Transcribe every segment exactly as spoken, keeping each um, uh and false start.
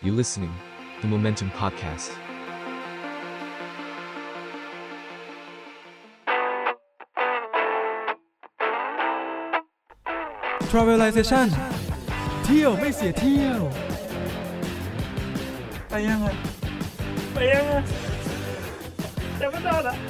You're listening the Momentum Podcast. Travelization เที่ยวไม่เสียเที่ยวไปยังไงไปยังไงจะไม่ได้ละ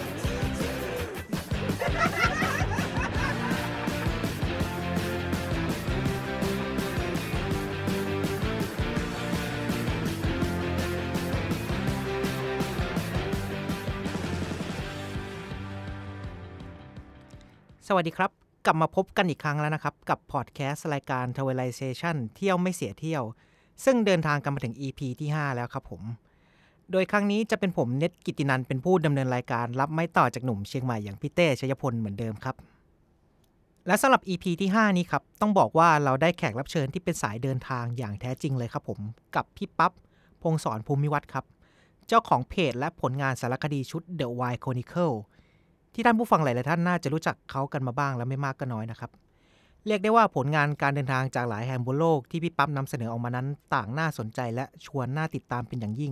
สวัสดีครับกลับมาพบกันอีกครั้งแล้วนะครับกับพอดแคสต์รายการ Travelization เที่ยวไม่เสียเที่ยวซึ่งเดินทางกันมาถึง อี พี ที่ห้าแล้วครับผมโดยครั้งนี้จะเป็นผมเน็ตกิตตินันท์เป็นผู้ดำเนินรายการรับไม้ต่อจากหนุ่มเชียงใหม่อย่างพี่เต้ชัยพลเหมือนเดิมครับและสำหรับ อี พี ที่ห้านี้ครับต้องบอกว่าเราได้แขกรับเชิญที่เป็นสายเดินทางอย่างแท้จริงเลยครับผมกับพี่ปั๊บพงศรภูมิวัฒน์ครับเจ้าของเพจและผลงานสารคดีชุด The Wild Chronicleที่ท่านผู้ฟังหลายๆท่านน่าจะรู้จักเขากันมาบ้างและไม่มากก็น้อยนะครับเรียกได้ว่าผลงานการเดินทางจากหลายแห่งบนโลกที่พี่ปั๊บนำเสนอออกมานั้นต่างน่าสนใจและชวนน่าติดตามเป็นอย่างยิ่ง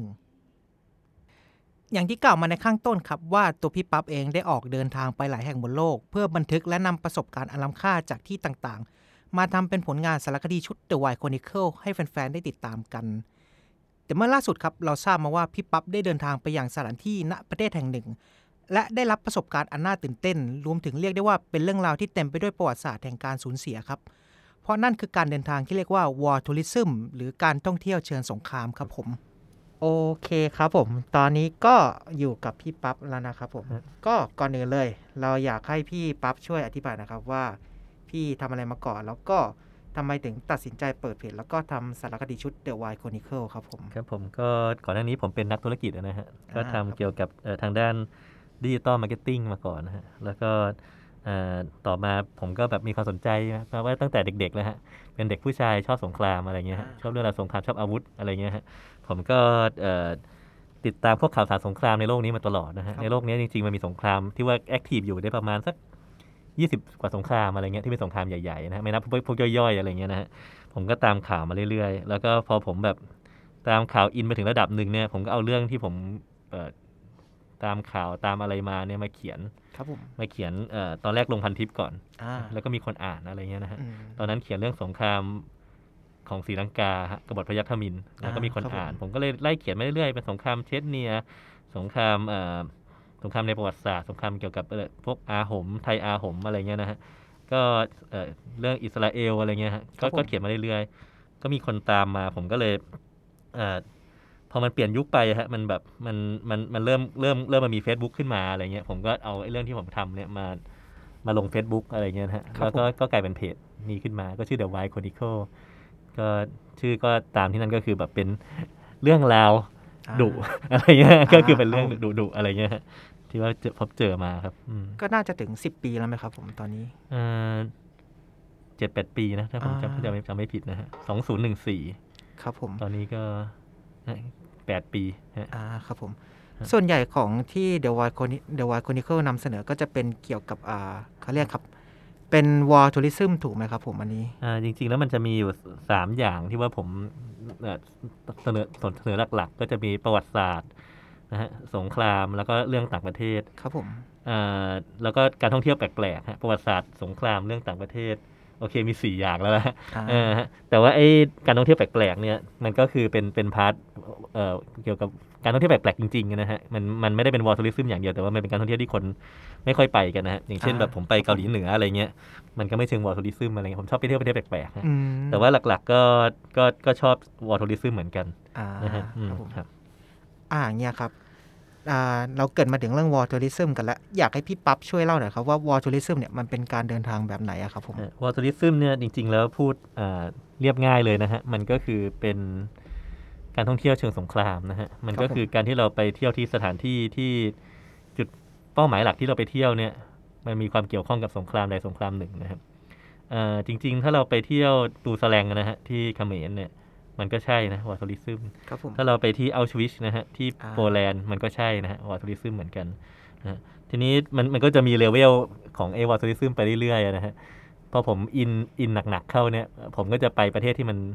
อย่างที่กล่าวมาในข้างต้นครับว่าตัวพี่ปั๊บเองได้ออกเดินทางไปหลายแห่งบนโลกเพื่อบันทึกและนำประสบการณ์อันล้ำค่าจากที่ต่างๆมาทำเป็นผลงานสารคดีชุด The Wild Chronicle ให้แฟนๆได้ติดตามกันแต่เมื่อล่าสุดครับเราทราบมาว่าพี่ปั๊บได้เดินทางไปยังสถานที่ณประเทศแห่งหนึ่งและได้รับประสบการณ์อันน่าตื่นเต้นรวมถึงเรียกได้ว่าเป็นเรื่องราวที่เต็มไปด้วยประวัติศาสตร์แห่งการสูญเสียครับเพราะนั่นคือการเดินทางที่เรียกว่า War Tourism หรือการท่องเที่ยวเชิงสงครามครับผมโอเคครับผมตอนนี้ก็อยู่กับพี่ปั๊บแล้วนะครับผมก็ก่อนอื่นเลยเราอยากให้พี่ปั๊บช่วยอธิบายนะครับว่าพี่ทำอะไรมาก่อนแล้วก็ทำไมถึงตัดสินใจเปิดเพจแล้วก็ทำสารคดีชุด The Wild Chronicle ครับผมครับผมก็ก่อนหน้านี้ผมเป็นนักธุรกิจนะฮะก็ทำเกี่ยวกับทางด้านดิจิตอลมาร์เก็ตติ้งมาก่อนนะฮะแล้วก็ต่อมาผมก็แบบมีความสนใจเพราะว่าตั้งแต่เด็กๆแล้วฮะเป็นเด็กผู้ชายชอบสงครามอะไรเงี้ยฮะชอบเรื่องราวสงครามชอบอาวุธอะไรเงี้ยฮะผมก็ติดตามพวกข่าวสารสงครามในโลกนี้มาตลอดนะฮะในโลกนี้จริงๆมันมีสงครามที่ว่าแอคทีฟอยู่ได้ประมาณสักยี่สิบกว่าสงครามอะไรเงี้ยที่เป็นสงครามใหญ่ๆนะไม่นับพวกย่อยๆอะไรเงี้ยนะฮะผมก็ตามข่าวมาเรื่อยๆแล้วก็พอผมแบบตามข่าวอินไปถึงระดับนึงเนี่ยผมก็เอาเรื่องที่ผมตามข่าวตามอะไรมาเนี่ยมาเขียนครับผมมาเขียนเอ่อตอนแรกลงพันทิปก่อนแล้วก็มีคนอ่านอะไรเงี้ยนะฮะตอนนั้นเขียนเรื่องสงครามของศรีลังกาฮะกบฏพยัคฆมินทร์แล้วก็มีคนอ่านผมก็เลยไล่เขียนมาเรื่อยๆเป็นสงครามเชชเนียสงครามเอ่อสงครามในประวัติศาสตร์สงครามเกี่ยวกับพวกอาหมไทยอาหมอะไรเงี้ยนะฮะก็เอ่อเรื่องอิสราเอลอะไรเงี้ยฮะก็เขียนมาเรื่อยๆก็มีคนตามมาผมก็เลยเอ่อพอมันเปลี่ยนยุคไปฮะมันแบบมันมันมันเริ่มเริ่มเริ่มมามี Facebook ขึ้นมาอะไรเงี้ยผมก็เอาไอ้เรื่องที่ผมทำเนี่ยมามาลง Facebook อะไรเงี้ยฮะแล้วก็ก็กลายเป็นเพจนี้ขึ้นมาก็ชื่อ The Wild Chronicle ก็ชื่อก็ตามที่นั่นก็คือแบบเป็นเรื่องราวดุอะไรเงี้ยก็คือเป็นเรื่องดุๆอะไรเงี้ยที่ว่าพบเจอมาครับก็น่าจะถึงสิบปีแล้วไหมครับผมตอนนี้เอ่อ เจ็ดแปด ปีนะถ้าผมจำจำไม่จำไม่ผิดนะฮะสองพันสิบสี่ครับผมตอนนี้ก็แปดปีฮะอ่าครับผมส่วนใหญ่ของที่ The Wild The Wild Chronicle นำเสนอก็จะเป็นเกี่ยวกับอ่าเขาเรียกครับเป็น War Tourism ถูกไหมครับผมอันนี้อ่าจริงๆแล้วมันจะมีอยู่สามอย่างที่ว่าผมเสนอเสนอหลักๆก็จะมีประวัติศาสตร์นะฮะสงครามแล้วก็เรื่องต่างประเทศครับผมอ่าแล้วก็การท่องเที่ยวแปลกๆฮะประวัติศาสตร์สงครามเรื่องต่างประเทศโอเคมีสี่อย่างแล้วนะเออแต่ว่าไอ้การท่องเที่ยวแปลกๆเนี่ยมันก็คือเป็นเป็นพาร์ทเอ่อเกี่ยวกับการท่องเที่ยวแปลกๆจริงๆนะฮะมันมันไม่ได้เป็นวอร์ทัวริซึมอย่างเดียวแต่ว่ามันเป็นการท่องเที่ยวที่คนไม่ค่อยไปกันนะฮะอย่างเช่นแบบผมไปเกาหลีเหนืออะไรเงี้ยมันก็ไม่เชิงวอร์ทัวริซึมอะไรเงี้ยผมชอบไปเที่ยวประเทศแปลกๆนะแต่ว่าหลักๆก็ก็ก็ชอบวอร์ทัวริซึมเหมือนกันนะฮะครับอ่าเนี่ยครับเราเกิดมาถึงเรื่อง War Tourism กันแล้วอยากให้พี่ปั๊บช่วยเล่าหน่อยครับว่า War Tourism เนี่ยมันเป็นการเดินทางแบบไหนอะครับผม War Tourism เนี่ยจริงๆแล้วพูดเรียบง่ายเลยนะฮะมันก็คือเป็นการท่องเที่ยวเชิงสงครามนะฮะมันก็คือการที่เราไปเที่ยวที่สถานที่ที่จุดเป้าหมายหลักที่เราไปเที่ยวเนี่ยมันมีความเกี่ยวข้องกับสงครามใดสงครามหนึ่งนะครับจริงๆถ้าเราไปเที่ยวตูสแลงนะฮะที่เขมรเนี่ยมันก็ใช่นะวอร์ทัวริซึมถ้าเราไปที่อัลชวิชนะฮะที่โปแลนด์มันก็ใช่นะฮะวอร์ทัวริซึมเหมือนกันนะทีนี้มันมันก็จะมีเลเวลของไอ้วอร์ทัวริซึมไปเรื่อยๆนะฮะพอผมอินอินหนักๆเข้าเนี่ยผมก็จะไปประเทศที่มัน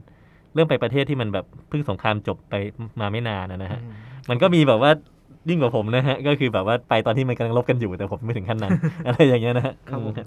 เริ่มไปประเทศที่มันแบบเพิ่งสงครามจบไปมาไม่นานนะฮะมันก็มีแบบว่ายิ่งกว่าผมนะฮะก็คือแบบว่าไปตอนที่มันกำลังรบกันอยู่แต่ผมไม่ถึงขั้นนั้น อะไรอย่างเงี้ยนะฮะ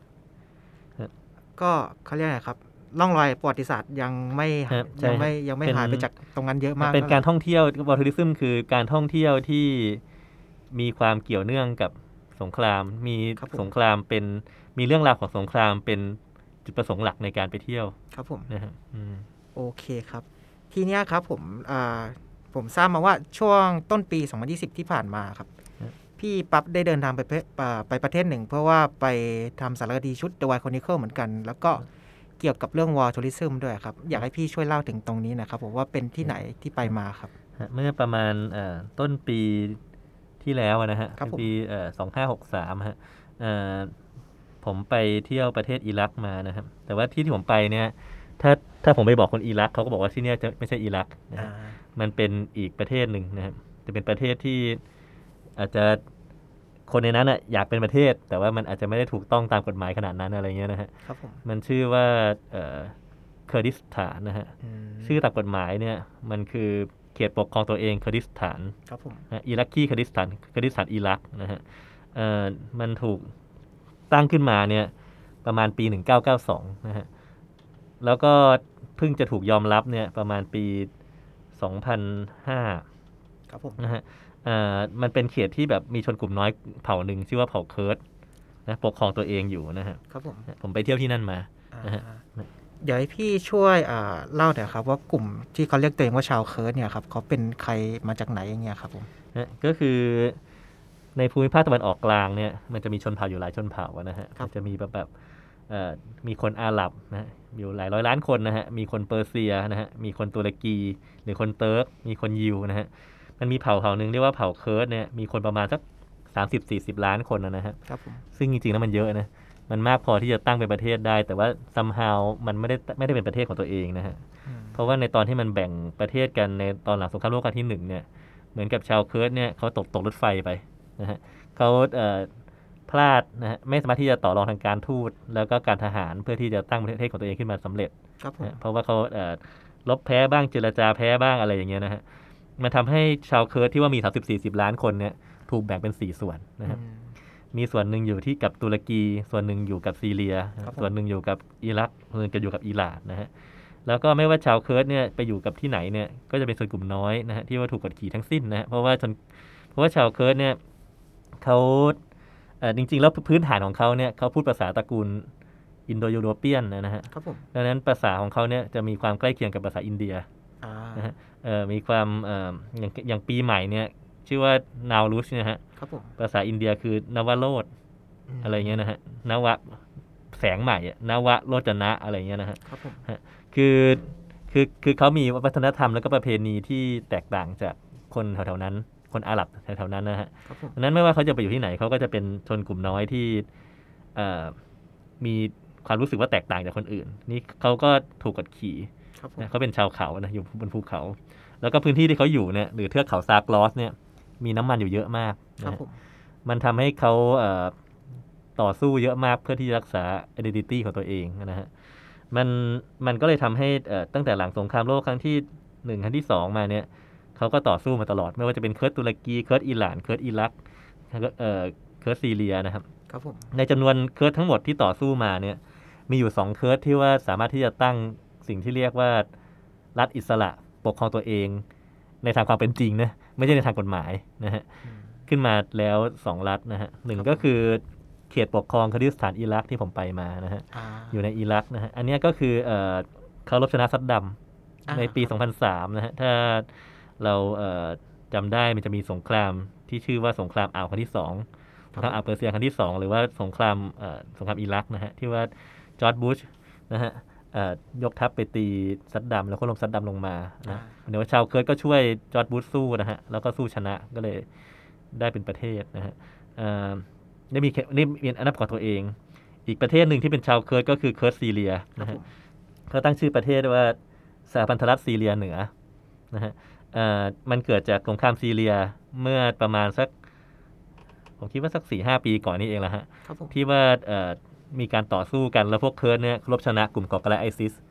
ก็เขาเรียกอะไรครับร่องรอยประวัติศาสตร์ยังไม่ยังไม่ยังไม่หายไปจากตรงนั้นเยอะมากเป็นการท่องเที่ยววอลทัวริซึมคือการท่องเที่ยวที่มีความเกี่ยวเนื่องกับสงครามมีสงครามเป็นมีเรื่องราวของสงครามเป็นจุดประสงค์หลักในการไปเที่ยวครับผมนะครับโอเคครับทีเนี้ยครับผมอ่าผมทราบมาว่าช่วงต้นปีสองพันยี่สิบที่ผ่านมาครับพี่ปั๊บได้เดินทางไปไปประเทศหนึ่งเพื่อว่าไปทำสารคดีชุด The Wild Chronicle เหมือนกันแล้วก็เกี่ยวกับเรื่อง War Tourism ด้วยครับอยากให้พี่ช่วยเล่าถึงตรงนี้นะครับผมว่าเป็นที่ไหนที่ไปมาครับเมื่อประมาณต้นปีที่แล้วนะฮะปีสองพันห้าร้อยหกสิบสามฮะผมไปเที่ยวประเทศอิรักมานะครับแต่ว่าที่ที่ผมไปเนี่ยถ้าถ้าผมไปบอกคนอิรักเขาก็บอกว่าที่นี่จะไม่ใช่อิรักนะมันเป็นอีกประเทศหนึ่งนะครับจะเป็นประเทศที่อาจจะคนในนั้นอ่ะอยากเป็นประเทศแต่ว่ามันอาจจะไม่ได้ถูกต้องตามกฎหมายขนาดนั้นอะไรเงี้ยนะฮะมันชื่อว่าเอ่อเคอร์ดิสถานนะฮะชื่อตามกฎหมายเนี่ยมันคือเขตปกครองตัวเองเคอร์ดิสถานครับผมอิรักกี้เคอร์ดิสถานเคอร์ดิสถานอิรักนะฮะเอ่อมันถูกตั้งขึ้นมาเนี่ยประมาณปีหนึ่งพันเก้าร้อยเก้าสิบสองนะฮะแล้วก็เพิ่งจะถูกยอมรับเนี่ยประมาณปีสองพันห้าครับผมนะฮะอ่ามันเป็นเขตที่แบบมีชนกลุ่มน้อยเผ่าหนึ่งชื่อว่าเผ่าเคิร์ดนะปกครองตัวเองอยู่นะฮะครับผมผมไปเที่ยวที่นั่นมานะฮะเดี๋ยวให้พี่ช่วยอ่าเล่าหน่อยครับว่ากลุ่มที่เขาเรียกตัวเองว่าชาวเคิร์ดเนี่ยครับเขาเป็นใครมาจากไหนอย่างเงี้ยครับผมนะก็คือในภูมิภาคตะวันออกกลางเนี่ยมันจะมีชนเผ่าอยู่หลายชนเผ่านะฮะจะมีแบบแบบมีคนอาหรับนะอยู่หลายร้อยล้านคนนะฮะมีคนเปอร์เซียนะฮะมีคนตุรกีหรือคนเติร์กมีคนยิวนะฮะมันมีเผ่าเผ่านึงเรียกว่าเผ่าเคิร์ดเนี่ยมีคนประมาณสัก สามสิบถึงสี่สิบ ล้านคนนะฮะครับผมซึ่งจริงๆแล้วมันเยอะนะมันมากพอที่จะตั้งเป็นประเทศได้แต่ว่า somehow มันไม่ได้ไม่ได้เป็นประเทศของตัวเองนะฮะเพราะว่าในตอนที่มันแบ่งประเทศกันในตอนหลังสงครามโลกครั้งที่หนึ่งเนี่ยเหมือนกับชาวเคิร์ดเนี่ยเขาตกตกรถไฟไปนะฮะเขาเอ่อพลาดนะฮะไม่สามารถที่จะต่อรองทางการทูตแล้วก็การทหารเพื่อที่จะตั้งประเทศของตัวเองขึ้นมาสำเร็จนะเพราะว่าเขาเอ่อลบแพ้บ้างเจรจาแพ้บ้างอะไรอย่างเงี้ยนะฮะมันทำให้ชาวเคิร์ดที่ว่ามี สามสิบถึงสี่สิบ ล้านคนเนี่ยถูกแบ่งเป็นสี่ส่วนนะครับมีส่วนหนึ่งอยู่ที่กับตุรกีส่วนหนึ่งอยู่กับซีเรียส่วนหนึ่งอยู่กับอิรักส่วนหนึ่งจะอยู่กับอิหร่านนะฮะแล้วก็ไม่ว่าชาวเคิร์ดเนี่ยไปอยู่กับที่ไหนเนี่ยก็จะเป็นส่วนกลุ่มน้อยนะฮะที่ว่าถูกกดขี่ทั้งสิ้นนะฮะเพราะว่าจนเพราะว่าชาวเคิร์ดเนี่ยเขาเอ่อจริงๆแล้วพื้นฐานของเขาเนี่ยเขาพูดภาษาตระกูลอินโดยูโรเปียนนะฮะดังนั้นภาษาของเขาเนี่ยจะมีความใกล้เคียงกับภาษาอินเดียนะฮะเอ่อมีความเอ่ออย่างอย่างปีใหม่เนี่ยชื่อว่านาวรุชนะฮะภาษาอินเดียคือนวโรธอะไรเงี้ยนะฮะนวะแสงใหม่นวะโรจนะอะไรเงี้ยนะฮะคือคือคือเขามีวัฒนธรรมแล้วก็ประเพณีที่แตกต่างจากคนแถวๆนั้นคนอาหรับแถวๆนั้นนะฮะดังนั้นไม่ว่าเขาจะไปอยู่ที่ไหนเขาก็จะเป็นชนกลุ่มน้อยที่เอ่อมีความรู้สึกว่าแตกต่างจากคนอื่นนี่เขาก็ถูกกดขี่เขาเป็นชาวเขานะอยู่บนภูเขาแล้วก็พื้นที่ที่เขาอยู่เนี่ยหรือเทือกเขาซากลอสเนี่ยมีน้ำมันอยู่เยอะมากนะมันทำให้เขาเอ่อต่อสู้เยอะมากเพื่อที่จะรักษา identity ของตัวเองนะฮะมันมันก็เลยทำให้เอ่อตั้งแต่หลังสงครามโลกครั้งที่หนึ่งครั้งที่สองมาเนี่ยเขาก็ต่อสู้มาตลอดไม่ว่าจะเป็นเคิร์ดตุรกีเคิร์ดอิหร่านเคิร์ดอิรักเอ่อเคิร์ดซีเรียนะครับครับผมในจำนวนเคิร์ดทั้งหมดที่ต่อสู้มาเนี่ยมีอยู่สองเคิร์ดที่ว่าสามารถที่จะตั้งสิ่งที่เรียกว่ารัฐอิสระปกครองตัวเองในทางความเป็นจริงนะไม่ใช่ในทางกฎหมายนะฮะขึ้นมาแล้วสองรัฐนะฮะหนึ่งก็คือเขตปกครองคอร์ดิสถานอิรักที่ผมไปมานะฮะอยู่ในอิรักนะฮะอันนี้ก็คือเอ่อเขารบชนะซัดดัมในปีสองพันสามนะฮะถ้าเราเอ่อจำได้มันจะมีสงครามที่ชื่อว่าสงครามอ่าวครั้งที่สองสงครามอ่าวเปอร์เซียครั้งที่สองหรือว่าสงครามเอ่อสงครามอิรักนะฮะที่ว่าจอร์จบุชนะฮะยกทัพไปตีซัดดัมแล้วก็ลงซัดดัมลงมานะเดี๋ยวชาวเคิร์ดก็ช่วยจอร์จบุชสู้นะฮะแล้วก็สู้ชนะก็เลยได้เป็นประเทศนะฮะได้มีนี่มีอาณาจักรของตัวเองอีกประเทศหนึ่งที่เป็นชาวเคิร์ดก็คือเคิร์ดซีเรียนะฮะเขาตั้งชื่อประเทศว่าสหพันธรัฐซีเรียเหนือนะฮะมันเกิดจากสงครามซีเรียเมื่อประมาณสักผมคิดว่าสัก สี่ห้า ปีก่อนนี้เองแหละฮะที่ว่ามีการต่อสู้กันแล้วพวกเคิร์ดเนี่ยรบชนะกลุ่มก่อการร้ายไอซิส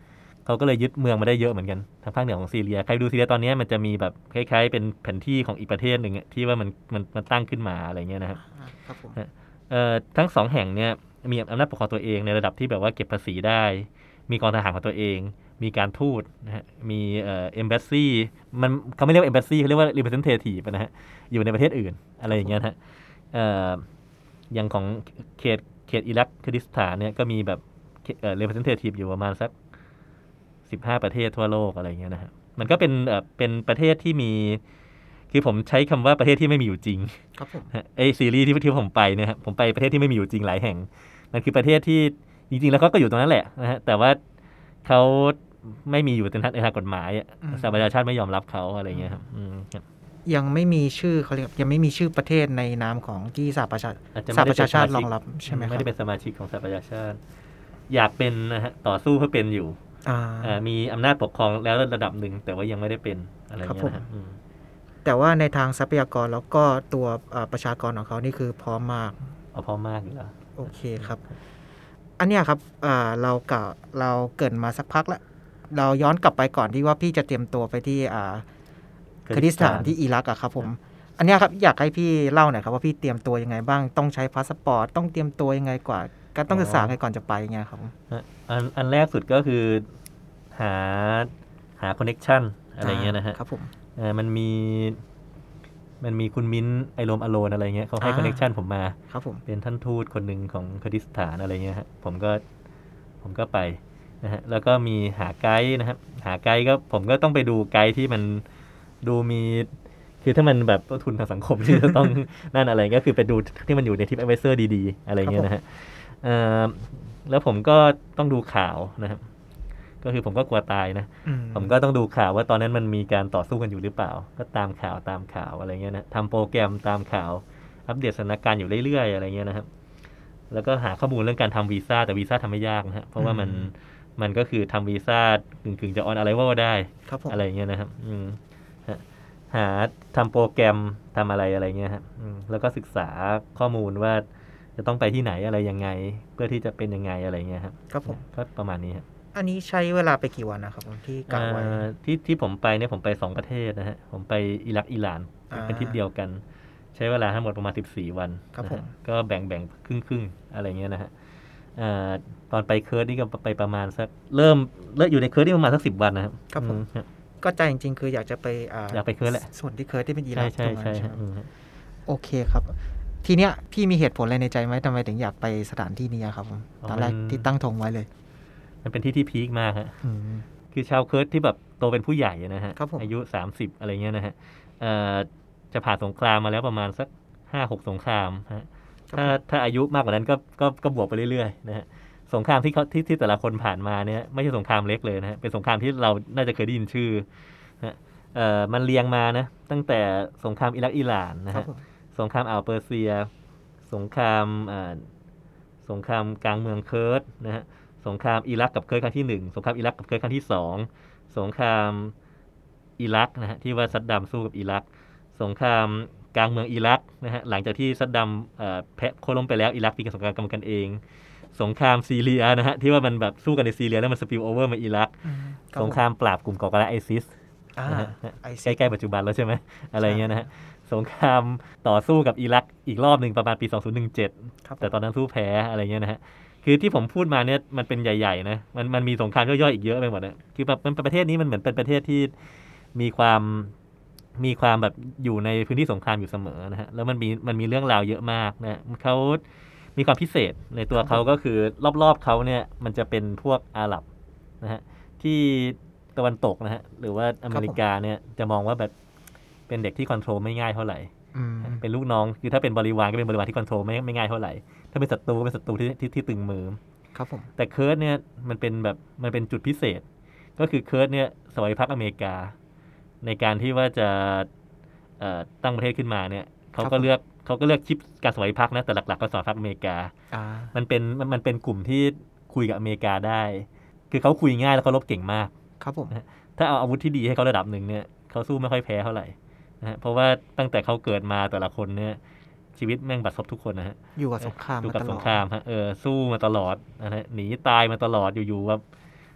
เขาก็เลยยึดเมืองมาได้เยอะเหมือนกันทางภาคเหนือของซีเรียใครดูซีเรียตอนนี้มันจะมีแบบคล้ายๆเป็นแผนที่ของอีกประเทศหนึ่งที่ว่ามันมันมันตั้งขึ้นมาอะไรเงี้ยนะครับครับผมเอ่อทั้งสองแห่งเนี่ยมีอำนาจปกครองตัวเองในระดับที่แบบว่าเก็บภาษีได้มีกองทหารของตัวเองมีการทูตนะฮะมีเอ่อเอมบาสซีมันเขาไม่เรียกว่าเอมบาสซีเขาเรียกว่า representative นะฮะอยู่ในประเทศอื่นอะไรอย่างเงี้ยฮะเอ่ออย่างของเขตเขตอิรักคุร์ดิสถานเนี่ยก็มีแบบเอ่อ representative อยู่ประมาณสักสิบห้าประเทศทั่วโลกอะไรเงี้ยนะฮะมันก็เป็นเอ่อเป็นประเทศที่มีคือผมใช้คำว่าประเทศที่ไม่มีอยู่จริงครับผมไอซีรีส์ที่ที่ผมไปเนี่ยครับผมไปประเทศที่ไม่มีอยู่จริงหลายแห่งมันคือประเทศที่จริงๆแล้วเขาก็อยู่ตรงนั้นแหละนะฮะแต่ว่าเขาไม่มีอยู่ในทางกฎหมายสหประชาชาติไม่ยอมรับเขาอะไรเงี้ยครับยังไม่มีชื่อเขาเรียกยังไม่มีชื่อประเทศในนามของที่สหประชาสหประชาชาติรองรับใช่ไหมครับไม่ได้เป็นสมาชิกของสหประชาชาติอยากเป็นนะฮะต่อสู้เพื่อเป็นอยู่มีอำนาจปกครองแล้วระดับหนึ่งแต่ว่ายังไม่ได้เป็นอะไรเงี้ยนะแต่ว่าในทางทรัพยากรแล้วก็ตัวประชากรของเขานี่คือพร้อมมากอ๋อพร้อมมากอยู่แล้วโอเคครับอันนี้ครับเรากะเราเกิดมาสักพักแล้วเราย้อนกลับไปก่อนที่ว่าพี่จะเตรียมตัวไปที่คุร์ดิสถานที่อิรักอะครับผมอันนี้ครับอยากให้พี่เล่าหน่อยครับว่าพี่เตรียมตัวยังไงบ้างต้องใช้พาสปอร์ตต้องเตรียมตัวยังไงกว่าการต้องศึกษาไงก่อนจะไปไงครับอันอันแรกสุดก็คือหาหาคอนเนคชั่นอะไรเงี้ยนะฮะครับผมมันมีมันมีคุณมิ้นไอโรมอโลนอะไรเงี้ยเขาให้คอนเนคชั่นผมมาครับผมเป็นท่านทูตคนหนึ่งของคุร์ดิสถานอะไรเงี้ยฮะผมก็ผมก็ไปนะฮะแล้วก็มีหาไกด์นะครับหาไกด์ก็ผมก็ต้องไปดูไกด์ที่มันดูมีคือถ้ามันแบบต้นทุนทางสังคมที่จะต้องนั่นอะไรก็คือไปดูที่มันอยู่ในทิปแอดไวเซอร์ดีๆอะไรเงี้ยนะฮะแล้วผมก็ต้องดูข่าวนะครับก็คือผมก็กลัวตายนะผมก็ต้องดูข่าวว่าตอนนั้นมันมีการต่อสู้กันอยู่หรือเปล่าก็ตามข่าวตามข่าวอะไรเงี้ยนะทำโปรแกรมตามข่าวอัปเดตสถานการณ์อยู่เรื่อยๆอะไรเงี้ยนะครับแล้วก็หาข้อมูลเรื่องการทำวีซ่าแต่วีซ่าทำไม่ยากนะฮะเพราะว่ามันมันก็คือทำวีซ่ากึ่งๆจะออนอะไรว่าได้อะไรเงี้ยนะครับหาทำโปรแกรมทำอะไรอะไรเงี้ยครับแล้วก็ศึกษาข้อมูลว่าจะต้องไปที่ไหนอะไรยังไงเพื่อที่จะเป็นยังไงอะไรเงี้ยครับครับผมก็ประมาณนี้ครับอันนี้ใช้เวลาไปกี่วันนะครับที่กะไว้ที่ที่ผมไปเนี่ยผมไปสองประเทศนะฮะผมไปอิรักอิหร่านเป็นทริปเดียวกันใช้เวลาทั้งหมดประมาณสิบสี่วันครับผมก็แบ่งแบ่งครึ่งครึ่งอะไรเงี้ยนะฮะตอนไปเคิร์ดนี่ก็ไปประมาณสักเริ่มเริ่มอยู่ในเคิร์ดนี่ประมาณสักสิบวันนะครับครับผมก็ใจจริงๆคืออยากจะไปอยากไปเคิร์ดแหละส่วนที่เคิร์ดที่เป็นอิรักใช่ใช่ใช่โอเคครับทีเนี้ยพี่มีเหตุผลอะไรในใจไหมทำไมถึงอยากไปสถานที่นี้ครับผมตอนแรกที่ตั้งธงไว้เลยมันเป็นที่ที่พีคมากฮะคือชาวเคิร์ดที่แบบโตเป็นผู้ใหญ่นะฮะอายุสามสิบอะไรเงี้ยนะฮะจะผ่านสงครามมาแล้วประมาณสัก ห้าหก สงครามฮะถ้าถ้าอายุมากกว่านั้นก็ก็ก็บวกไปเรื่อยๆนะฮะสงครามที่เขาที่ที่แต่ละคนผ่านมาเนี่ยไม่ใช่สงครามเล็กเลยนะฮะเป็นสงครามที่เราน่าจะเคยได้ยินชื่อนะเอ่อมันเรียงมานะตั้งแต่สงครามอิรักอิหร่านนะฮะสงครามอ่าวเปอร์เซียสงครามอ่าสงครามกลางเมืองเคิร์ดนะฮะสงครามอิรักกับเคิร์ดครั้งที่หนึ่งสงครามอิรักกับเคิร์ดครั้งที่สองสงครามอิรักนะฮะที่ว่าซัดดัมสู้กับอิรักสงครามกลางเมืองอิรักนะฮะหลังจากที่ซัดดัมแพ้โค่นล้มไปแล้วอิรักมีการสงครามกันเองสงครามซีเรียนะฮะที่ว่ามันแบบสู้กันในซีเรียแล้วมันสปิลโอเวอร์มาอิรักสงครามปราบกลุ่มก่อการร้ายไอซิสใกล้ๆปัจจุบันแล้วใช่ไหมอะไรเงี้ยนะฮะสงครามต่อสู้กับอิรักอีกรอบหนึ่งประมาณปีสองพันสิบเจ็ดแต่ตอนนั้นสู้แพ้อะไรเงี้ยนะฮะคือที่ผมพูดมาเนี่ยมันเป็นใหญ่ๆนะมันมันมีสงครามย่อยๆอีกเยอะไปหมดนะคือแบบมันประเทศนี้มันเหมือนเป็นประเทศที่มีความมีความแบบอยู่ในพื้นที่สงครามอยู่เสมอนะฮะแล้วมันมีมันมีเรื่องราวเยอะมากนะเขามีความพิเศษในตัวเขาก็คือรอบๆเขาเนี่ยมันจะเป็นพวกอาหรับนะฮะที่ตะวันตกนะฮะหรือว่าอเมริกาเนี่ยจะมองว่าแบบเป็นเด็กที่คอนโทรลไม่ง่ายเท่าไหร่เป็นลูกน้องคือถ้าเป็นบริวารก็เป็นบริวารที่คอนโทรลไม่ไม่ง่ายเท่าไหร่ถ้าเป็นศัตรูก็เป็นศัตรูที่ที่ที่ตึงมือครับผมแต่เคิร์ดเนี่ยมันเป็นแบบมันเป็นจุดพิเศษก็คือเคิร์ดเนี่ยสวามิภักดิ์อเมริกาในการที่ว่าจะตั้งประเทศขึ้นมาเนี่ยเขาก็เลือกเขาก็เลือกชิปการสวามิภักดิ์นะแต่หลักๆก็สวามิภักดิ์อเมริกามันเป็นมันเป็นกลุ่มที่คุยกับอเมริกาได้คือเขาคุยง่ายแล้วเขารบเก่งมากครับผมถ้าเอาอาวุธที่ดีให้เขาระดับหนึ่งเนี่ยเขาสู้ไม่ค่อยแพ้เท่าไหร่นะฮะเพราะว่าตั้งแต่เขาเกิดมาแต่ละคนเนี่ยชีวิตแม่งบัดซบทุกคนนะฮะอยู่กับสงครามอยู่กับสงครามฮะเออสู้มาตลอดนะฮะหนีตายมาตลอดอยู่ๆแบบ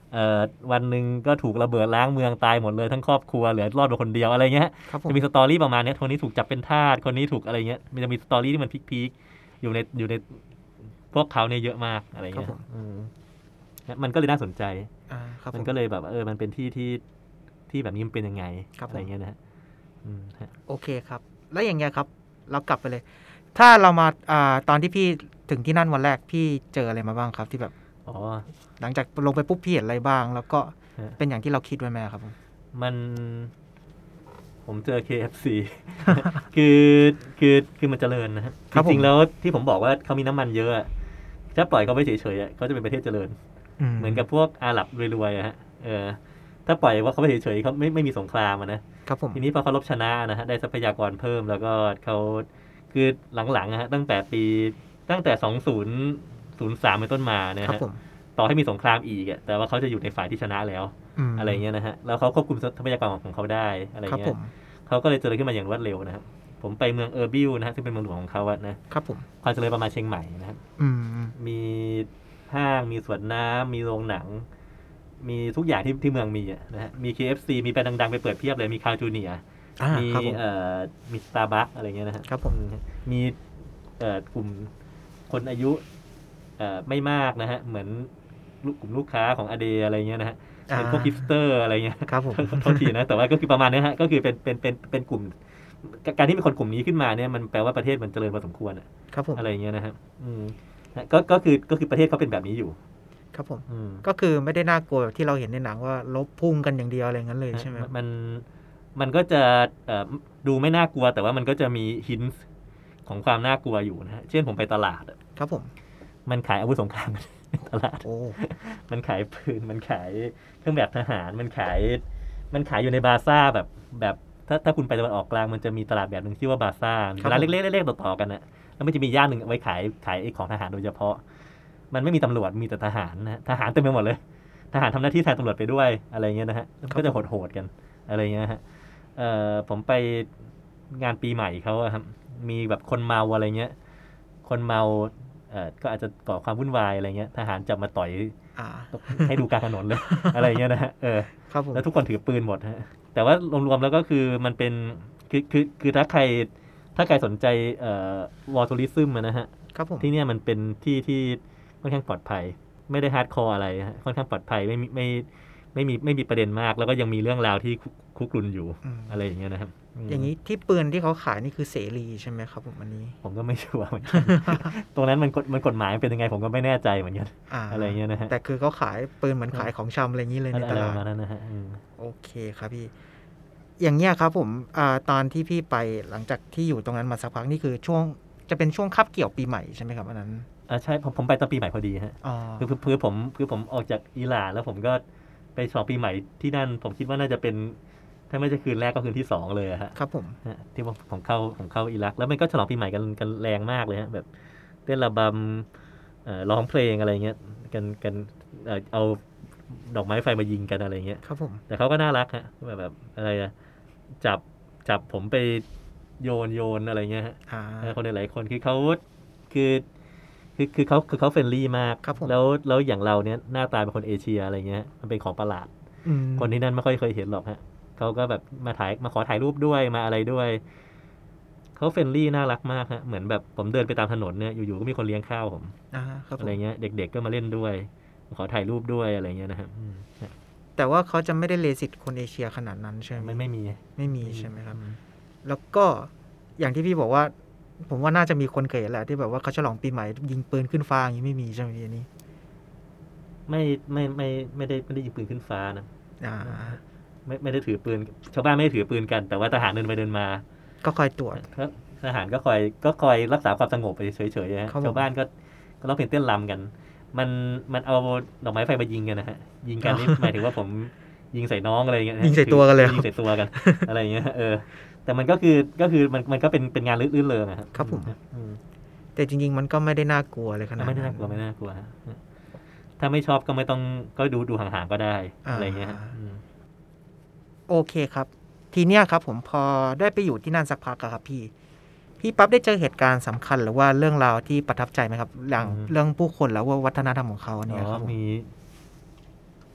เอ่อวันนึงก็ถูกระเบิดล้างเมืองตายหมดเลยทั้งครอบครัวเหลือรอดมาคนเดียวอะไรเงี้ยจะมีสตอรี่ประมาณนี้คนนี้ถูกจับเป็นทาสคนนี้ถูกอะไรเงี้ยมันจะมีสตอรี่ที่มันพีคๆอยู่ในอยู่ในพวกเขาเนี่ยเยอะมากอะไรเงี้ยมันก็เลยน่าสนใจมันก็เลยแบบเออมันเป็นที่ที่ที่แบบนี้มันเป็นยังไงอะไรเงี้ยนะโอเคครับแล้วอย่างเงี้ยครับเรากลับไปเลยถ้าเรามาอ่าตอนที่พี่ถึงที่นั่นวันแรกพี่เจออะไรมาบ้างครับที่แบบอ๋อหลังจากลงไปปุ๊บพี่เห็นอะไรบ้างแล้วก็เป็นอย่างที่เราคิดไว้ไหมครับผมมันผมเจอ เค เอฟ ซี คือคือคือมันเจริญนะฮะจริงๆแล้วที่ผมบอกว่าเขามีน้ำมันเยอะถ้าปล่อยเขาไว้เฉยๆเขาจะเป็นประเทศเจริญเหมือนกับพวกอาหรับรวยๆอะฮะเออถ้าปล่อยว่าเขาไปเฉยๆเขาไม่ไม่มีสงครามนะครับทีนี้พอเขารบชนะนะฮะได้ทรัพยากรเพิ่มแล้วก็เขาคือหลังๆนะฮะตั้งแต่ปีตั้งแต่สองพันสามเป็นต้นมาเนี่ยฮะต่อให้มีสงครามอีกอ่ะแต่ว่าเขาจะอยู่ในฝ่ายที่ชนะแล้วอะไรเงี้ยนะฮะแล้วเขาควบคุมทรัพยากรของเขาได้อะไรเงี้ยเขาก็เลยเจริญขึ้นมาอย่างรวดเร็วนะครับผมไปเมืองเออร์บิลนะฮะซึ่งเป็นเมืองหลวงของเขาอะนะครับผมความเจริญประมาณเชียงใหม่นะครับมีห้างมีสวนน้ำมีโรงหนังมีทุกอย่างที่ที่เมืองมีอ่ะนะฮะมี เค เอฟ ซี มีแบรนด์ดังๆไปเปิดเพียบเลยมีคาร์จูเนียมีเอ่อมีสตาร์บัคอะไรเงี้ยนะฮะครับผมมีเอ่อกลุ่มคนอายุเอ่อไม่มากนะฮะเหมือนกลุ่มลูกค้าของอเดย์อะไรเงี้ยนะฮะเป็นพวกฮิปสเตอร์อะไรเงี้ยครับผมโทษทีนะแต่ว่าก็คือประมาณนี้ฮะก็คือเป็นเป็นเป็นเป็นกลุ่มการที่มีคนกลุ่มนี้ขึ้นมาเนี่ยมันแปลว่าประเทศมันเจริญพอสมควรอ่ะครับผมอะไรเงี้ยนะฮะอืมก็ก็คือก็คือประเทศเขาเป็นแบบนี้อยู่ครับผมก็คือไม่ได้น่ากลัวที่เราเห็นในหนังว่าลบพุ่งกันอย่างเดียวอะไรงั้นเลยใช่ไหมมันมันก็จะดูไม่น่ากลัวแต่ว่ามันก็จะมีหินของความน่ากลัวอยู่นะฮะเช่นผมไปตลาดครับผมมันขายอาวุธสงครามตลาดมันขายปืนมันขายเครื่องแบบทหารมันขายมันขายอยู่ในบาซ่าแบบแบบถ้าถ้าคุณไปตะวันออกกลางมันจะมีตลาดแบบนึงชื่อว่าบาซ่าร้านเล็กๆเล็กๆต่อๆกันนะแล้วมันจะมีย่านหนึ่งไว้ขายขายไอ้ของทหารโดยเฉพาะมันไม่มีตำรวจมีแต่ทหารนะทหารเต็มไปหมดเลยทหารทำหน้าที่แทนตำรวจไปด้วยอะไรเงี้ยนะฮะก็จะโหดๆกันอะไรเงี้ยฮะเอ่อผมไปงานปีใหม่เขาอะครับมีแบบคนเมาอะไรเงี้ยคนเมาเอ่อก็อาจจะก่อความวุ่นวายอะไรเงี้ยทหารจับมาต่อยให้ดูกลางถนนเลยอะไรเงี้ยนะฮะเออแล้วทุกคนถือปืนหมดฮะแต่ว่ารวมๆแล้วก็คือมันเป็นคือคือคือถ้าใครถ้าใครสนใจเอ่อวอร์ทัวริซึมนะฮะที่เนี่ยมันเป็นที่ที่ค่อนข้างปลอดภัยไม่ได้ฮาร์ดคอร์อะไรฮะค่อนข้างปลอดภัยไม่ไม่ ไม่มีไม่มีประเด็นมากแล้วก็ยังมีเรื่องราวที่คุกรุ่นอยู่อะไรอย่างเงี้ยนะครับอย่างนี้ที่ปืนที่เขาขายนี่คือเสรีใช่ไหมครับผมอันนี้ผมก็ไม่ชัวร์เหมือนกันตรงนั้นมันมันกฎหมายเป็นยังไงผมก็ไม่แน่ใจเหมือนกันอะไรเงี้ยนะฮะแต่คือเขาขายปืนเหมือนขายของชำอะไรอย่างนี้เลยในตลาดนะฮะโอเคครับพี่อย่างเงี้ยครับผมตอนที่พี่ไปหลังจากที่อยู่ตรงนั้นมาสักพักนี่คือช่วงจะเป็นช่วงคาบเกี่ยวปีใหม่ใช่ไหมครับอันนั้นอ่าใช่ผมผมไปตอนปีใหม่พอดีฮะคือคือผมคือผมออกจากอิหร่านแล้วผมก็ไปฉลองปีใหม่ที่นั่นผมคิดว่าน่าจะเป็นถ้าไม่ใช่คืนแรกก็คืนที่สองเลยฮะครับผมที่ผมเข้าผมเข้าอิรักแล้วมันก็ฉลองปีใหม่กันกันแรงมากเลยฮะแบบเต้นระบำร้องเพลงอะไรเงี้ยกันกันเอาดอกไม้ไฟมายิงกันอะไรเงี้ยครับผมแต่เขาก็น่ารักฮะแบบแบบอะไรอะจับจับผมไปโยนโยนอะไรเงี้ยฮะคนหลายคนคือเขาคือคือคือเขาคือเขาเฟรนลี่มากแล้วแล้วอย่างเราเนี้ยหน้าตาเป็นคนเอเชียอะไรเงี้ยมันเป็นของประหลาดคนที่นั่นไม่ค่อยเคยเห็นหรอกฮะเขาก็แบบมาถ่ายมาขอถ่ายรูปด้วยมาอะไรด้วยเขาเฟรนลี่น่ารักมากฮะเหมือนแบบผมเดินไปตามถนนเนี่ยอยู่ๆก็มีคนเลี้ยงข้าวผมอ, อะไรเงี้ยเด็กๆก็มาเล่นด้วยขอถ่ายรูปด้วยอะไรเงี้ยนะครับแต่ว่าเขาจะไม่ได้เลสิตคนเอเชียขนาดนั้นใช่ไหมไม่ไม่มีไม่มีใช่ไหมครับแล้วก็อย่างที่พี่บอกว่าผมว่าน่าจะมีคนเคยแหละที่แบบว่าเขาฉลองปีใหม่ยิงปืนขึ้นฟ้าอย่างนี้ไม่มีใช่ไหมอันนี้ไม่ไม่ไม่ไม่ได้ไม่ได้ยิงปืนขึ้นฟ้านะอ่าไม่ไม่ได้ถือปืนชาวบ้านไม่ได้ถือปืนกันแต่ว่าทหารเดินไปเดินมาก็คอยตรวจทหารก็คอยก็คอยรักษาความสงบไปเฉยๆฮะชาวบ้านก็ก็ร้องเพลงเต้นรำกันมันมันเอาดอกไม้ไฟมายิงกันนะฮะยิงกันนี่หมายถึงว่าผมยิงใส่น้องอะไรอย่างเงี้ยยิงใส่ตัวกันเลยยิงใส่ตัวกันอะไรอย่างเงี้ยเออแต่มันก็คือก็คือมันมันก็เป็นเป็นงานลื่นๆเลยนะครับครับผมแต่จริงๆมันก็ไม่ได้น่ากลัวเลยขนาดนั้นไม่น่ากลัวไม่น่ากลัวถ้าไม่ชอบก็ไม่ต้องก็ดูดูห่างๆก็ได้อะไรเงี้ยโอเคครับทีเนี้ยครับผมพอได้ไปอยู่ที่นั่นสักพักครับพี่พี่ปั๊บได้เจอเหตุการณ์สำคัญหรือว่าเรื่องราวที่ประทับใจไหมครับอย่างเรื่องผู้คนแล้วว่าวัฒนธรรมของเขาเนี่ยครับมี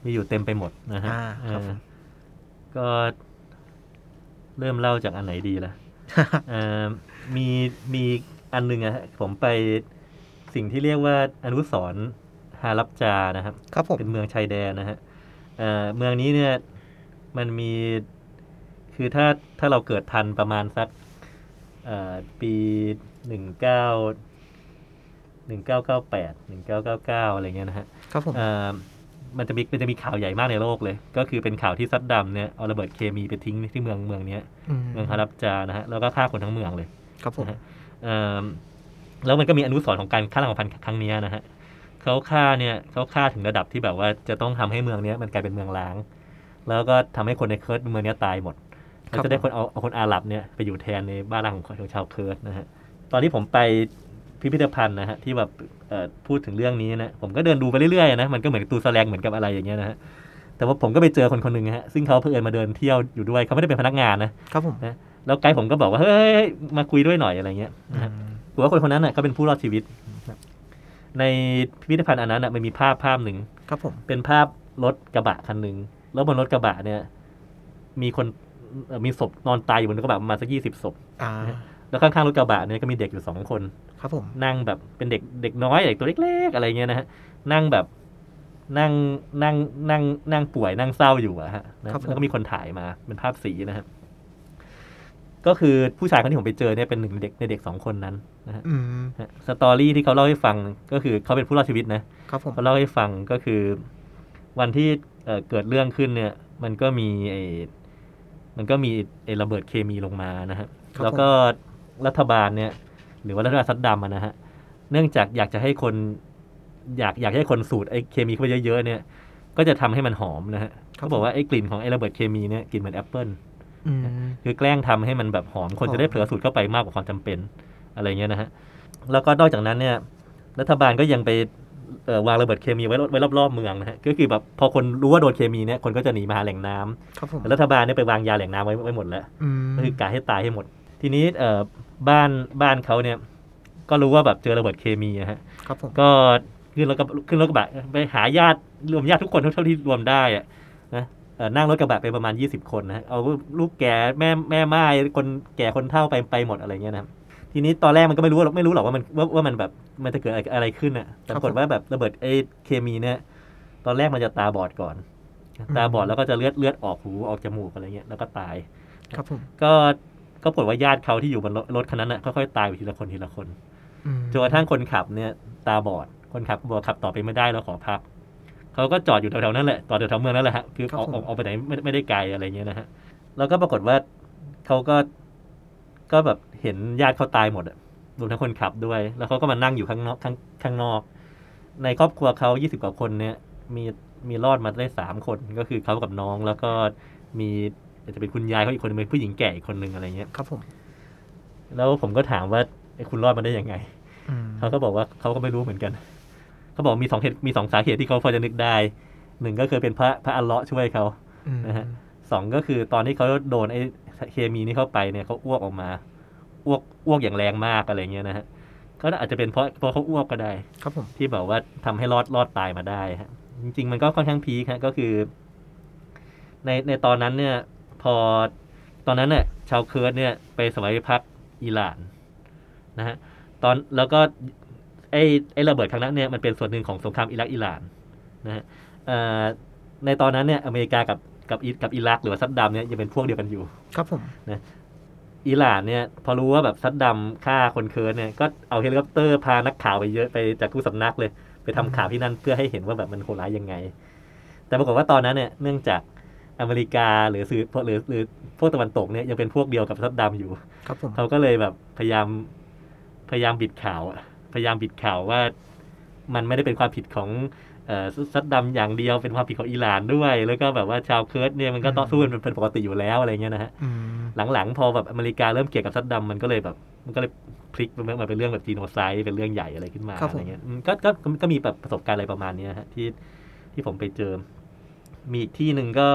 มีอยู่เต็มไปหมดนะฮะอ่าครับก็เริ่มเล่าจากอันไหนดีล่ะ มีมีอันนึงอะผมไปสิ่งที่เรียกว่าอนุสรณ์ฮารับจานะครับครับผมเป็นเมืองชายแดนนะฮะเมืองนี้เนี่ยมันมีคือถ้าถ้าเราเกิดทันประมาณสักปีหนึ่งเก้าหนึ่งเก้าเก้าแปด หนึ่งเก้าเก้าเก้าอะไรเงี้ยนะฮะครับผมมันจะมีมันจะมีข่าวใหญ่มากในโลกเลยก็คือเป็นข่าวที่ซัดดัมเนี่ยเอาระเบิดเคมีไปทิ้งที่เมืองเมืองนี้เมืองฮารับจานะฮะแล้วก็ฆ่าคนทั้งเมืองเลยครับผมแล้วมันก็มีอนุสรณ์ของการฆ่าล้างเผ่าพันธุ์ครั้งนี้นะฮะเขาฆ่าเนี่ยเขาฆ่าถึงระดับที่แบบว่าจะต้องทำให้เมืองนี้มันกลายเป็นเมืองล้างแล้วก็ทำให้คนในเคิร์ดเมืองนี้ตายหมดแล้วจะได้คนเอาเอาคนอาหรับเนี่ยไปอยู่แทนในบ้านหลังของชาวเคิร์ดนะฮะตอนที่ผมไปพิพิธภัณฑ์นะฮะที่แบบพูดถึงเรื่องนี้นะผมก็เดินดูไปเรื่อยๆนะมันก็เหมือนตูแสลงเหมือนกับอะไรอย่างเงี้ยนะฮะแต่ว่าผมก็ไปเจอคนคนหนึ่งฮะซึ่งเขาเพิ่งมาเดินเที่ยวอยู่ด้วยเขาไม่ได้เป็นพนักงานนะครับผมนะแล้วไกด์ผมก็บอกว่าเฮ้ยมาคุยด้วยหน่อยอะไรเงี้ยนะฮะตัวคนคนนั้นน่ะก็เป็นผู้รอดชีวิตในพิพิธภัณฑ์อันนั้นน่ะมันมีภาพภาพหนึ่งครับผมเป็นภาพรถกระบะคันหนึ่งแล้วบนรถกระบะเนี่ยมีคนมีศพนอนตายอยู่บนรถกระบะประมาณสักยี่สิบศพแล้วข้างๆรถกระบะเนี่ยก็มีเด็กอยู่สองคนครับผมนั่งแบบเป็นเด็กเด็กน้อยเด็กตัวเล็กๆอะไรเงี้ยนะฮะนั่งแบบนั่งนั่งนั่งนั่งป่วยนั่งเศร้าอยู่อะฮะแล้วก็มีคนถ่ายมาเป็นภาพสีนะฮะก็คือผู้ชายคนที่ผมไปเจอเนี่ยเป็นหนึ่งเด็กในเด็กสองคนนั้นนะฮะสตอรี่ที่เขาเล่าให้ฟังก็คือเขาเป็นผู้รอดชีวิตนะครับเขาเล่าให้ฟังก็คือวันที่เกิดเรื่องขึ้นเนี่ยมันก็มีไอ้มันก็มีไอ้ระเบิดเคมีลงมานะฮะแล้วก็รัฐบาลเนี่ยหรือว่ารัฐบาลซัดดัมนะฮะเนื่องจากอยากจะให้คนอยากอยากให้คนสูดไอ้เคมีเข้าไปเยอะๆเนี่ยก็จะทำให้มันหอมนะฮะเขาบอกว่าไอ้กลิ่นของไอ้ระเบิดเคมีเนี่ยกลิ่นเหมือนแอปเปิ้ลคือแกล้งทำให้มันแบบหอมคนจะได้เผลอสูดเข้าไปมากกว่าความจำเป็นอะไรเงี้ยนะฮะแล้วก็นอกจากนั้นเนี่ยรัฐบาลก็ยังไปวางระเบิดเคมีไว้ไว้รอบๆเมืองนะฮะก็คือแบบพอคนรู้ว่าโดนเคมีเนี่ยคนก็จะหนีมาหาแหล่งน้ำรัฐบาลเนี่ยไปวางยาแหล่งน้ำไว้ไว้หมดแล้วก็คือกะให้ตายให้หมดทีนี้บ้านบ้านเขาเนี่ยก็รู้ว่าแบบเจอระเบิดเคมีนะฮะก็ขึ้นรถกระบะขึ้นรถกระบะไปหาญาติรวมญาติทุกคนเท่าที่รวมได้อะนะนั่งรถกระบะไปประมาณยี่สิบคนนะเอาลูกแก่แม่แม่ไม้คนแก่คนเฒ่าไปไปหมดอะไรเงี้ยนะทีนี้ตอนแรกมันก็ไม่รู้ไม่รู้หรอกว่ามันว่าว่ามันแบบมันจะเกิดอะไรขึ้นอ่ะแต่ปรากฏว่าแบบระเบิดไอ้เคมีเนี่ยตอนแรกมันจะตาบอดก่อนตาบอดแล้วก็จะเลือดเลือดออกหูออกจมูกอะไรเงี้ยแล้วก็ตายครับผมก็ก็ปรากฏว่าญาติเขาที่อยู่บนรถคันนั้นน่ะค่อยๆตายไปทีละคนทีละคนจนกระทั่งคนขับเนี่ยตาบอดคนขับบอกขับต่อไปไม่ได้แล้วขอพักเขาก็จอดอยู่แถวๆนั้นแหละจอดแถวๆเมืองนั่นแหละฮะคือออกออกไปไหนไม่ไม่ได้ไกลอะไรเงี้ยนะฮะแล้วก็ปรากฏว่าเขาก็ก็แบบเห็นญาติเขาตายหมดอ่ะรวมทั้งคนขับด้วยแล้วเขาก็มานั่งอยู่ข้างนอกข้างข้างนอกในครอบครัวเขายี่สิบกว่าคนเนี่ยมีมีรอดมาได้สามคนก็คือเขากับน้องแล้วก็มีจะเป็นคุณยายเขาอีกคนนึงเป็นผู้หญิงแก่อีกคนนึงอะไรเงี้ยครับผมแล้วผมก็ถามว่าไอ้คุณรอดมาได้ยังไงเขาก็บอกว่าเขาก็ไม่รู้เหมือนกันเขาบอกมีสองเหตุมีสองสาเหตุที่เขาพอจะนึกได้หนึ่งก็คือเป็นพระพระอัลเลาะห์ช่วยเขานะฮะสองก็คือตอนที่เขาโดนไอ้เคมีนี้เข้าไปเนี่ยเขาอ้วกออกมาอ้วกอ้วกอย่างแรงมากอะไรเงี้ยนะฮะก็อาจจะเป็นเพราะเพราะเขาอ้วกก็ได้ครับผมที่แบบว่าทำให้รอดรอดตายมาได้ฮะจริงๆมันก็ค่อนข้างพีคฮะก็คือในในตอนนั้นเนี่ยพอตอนนั้นเนี่ยชาวเคิร์ดเนี่ยไปสมัยพักอิหร่านนะฮะตอนแล้วก็ไอ้ไอ้ระเบิดครั้งนั้นเนี่ยมันเป็นส่วนหนึ่งของสงครามอิรักอิหร่านนะฮะในตอนนั้นเนี่ยอเมริกากับกับกับอิรักหรือว่าซัดดัมเนี่ยยังเป็นพวกเดียวกันอยู่ครับผมนะอิหร่านเนี่ยพอรู้ว่าแบบซัดดัมฆ่าคนเคิร์ดเนี่ยก็เอาเฮลิคอปเตอร์พานักข่าวไปเยอะไปจากทุกสำนักเลยไปทำข่าวที่นั่นเพื่อให้เห็นว่าแบบมันโหดร้ายยังไงแต่ปรากฏว่าตอนนั้นเนี่ยเนื่องจากอเมริกาหรือสื่อหรือหรือพวกตะวันตกเนี่ยยังเป็นพวกเดียวกับซัดดัมอยู่ครับผมเขาก็เลยแบบพยายามพยายามบิดข่าวพยายามบิดข่าวว่ามันไม่ได้เป็นความผิดของซัดดัมอย่างเดียวเป็นความผิดของอิหร่านด้วยแล้วก็แบบว่าชาวเคิร์ดเนี่ยมันก็ต่อสู้กันเป็นปกติอยู่แล้วอะไรเงี้ยนะฮะหลังๆพอแบบอเมริกาเริ่มเกี่ยวกับซัดดัมมันก็เลยแบบมันก็เลยพลิกมาเป็นเรื่องแบบจีโนไซด์เป็นเรื่องใหญ่อะไรขึ้นมาอะไรเงี้ยก็ก็ก็มีแบบประสบการณ์อะไรประมาณนี้ฮะที่ที่ผมไปเจอมีอีกที่หนึ่งก็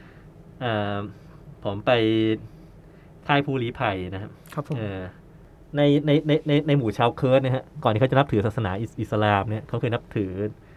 ผมไปค่ายผู้ลี้ภัยนะครับในในในในในหมู่ชาวเคิร์ดนะฮะก่อนที่เขาจะนับถือศาสนาอิสลามเนี่ยเขาเคยนับถือ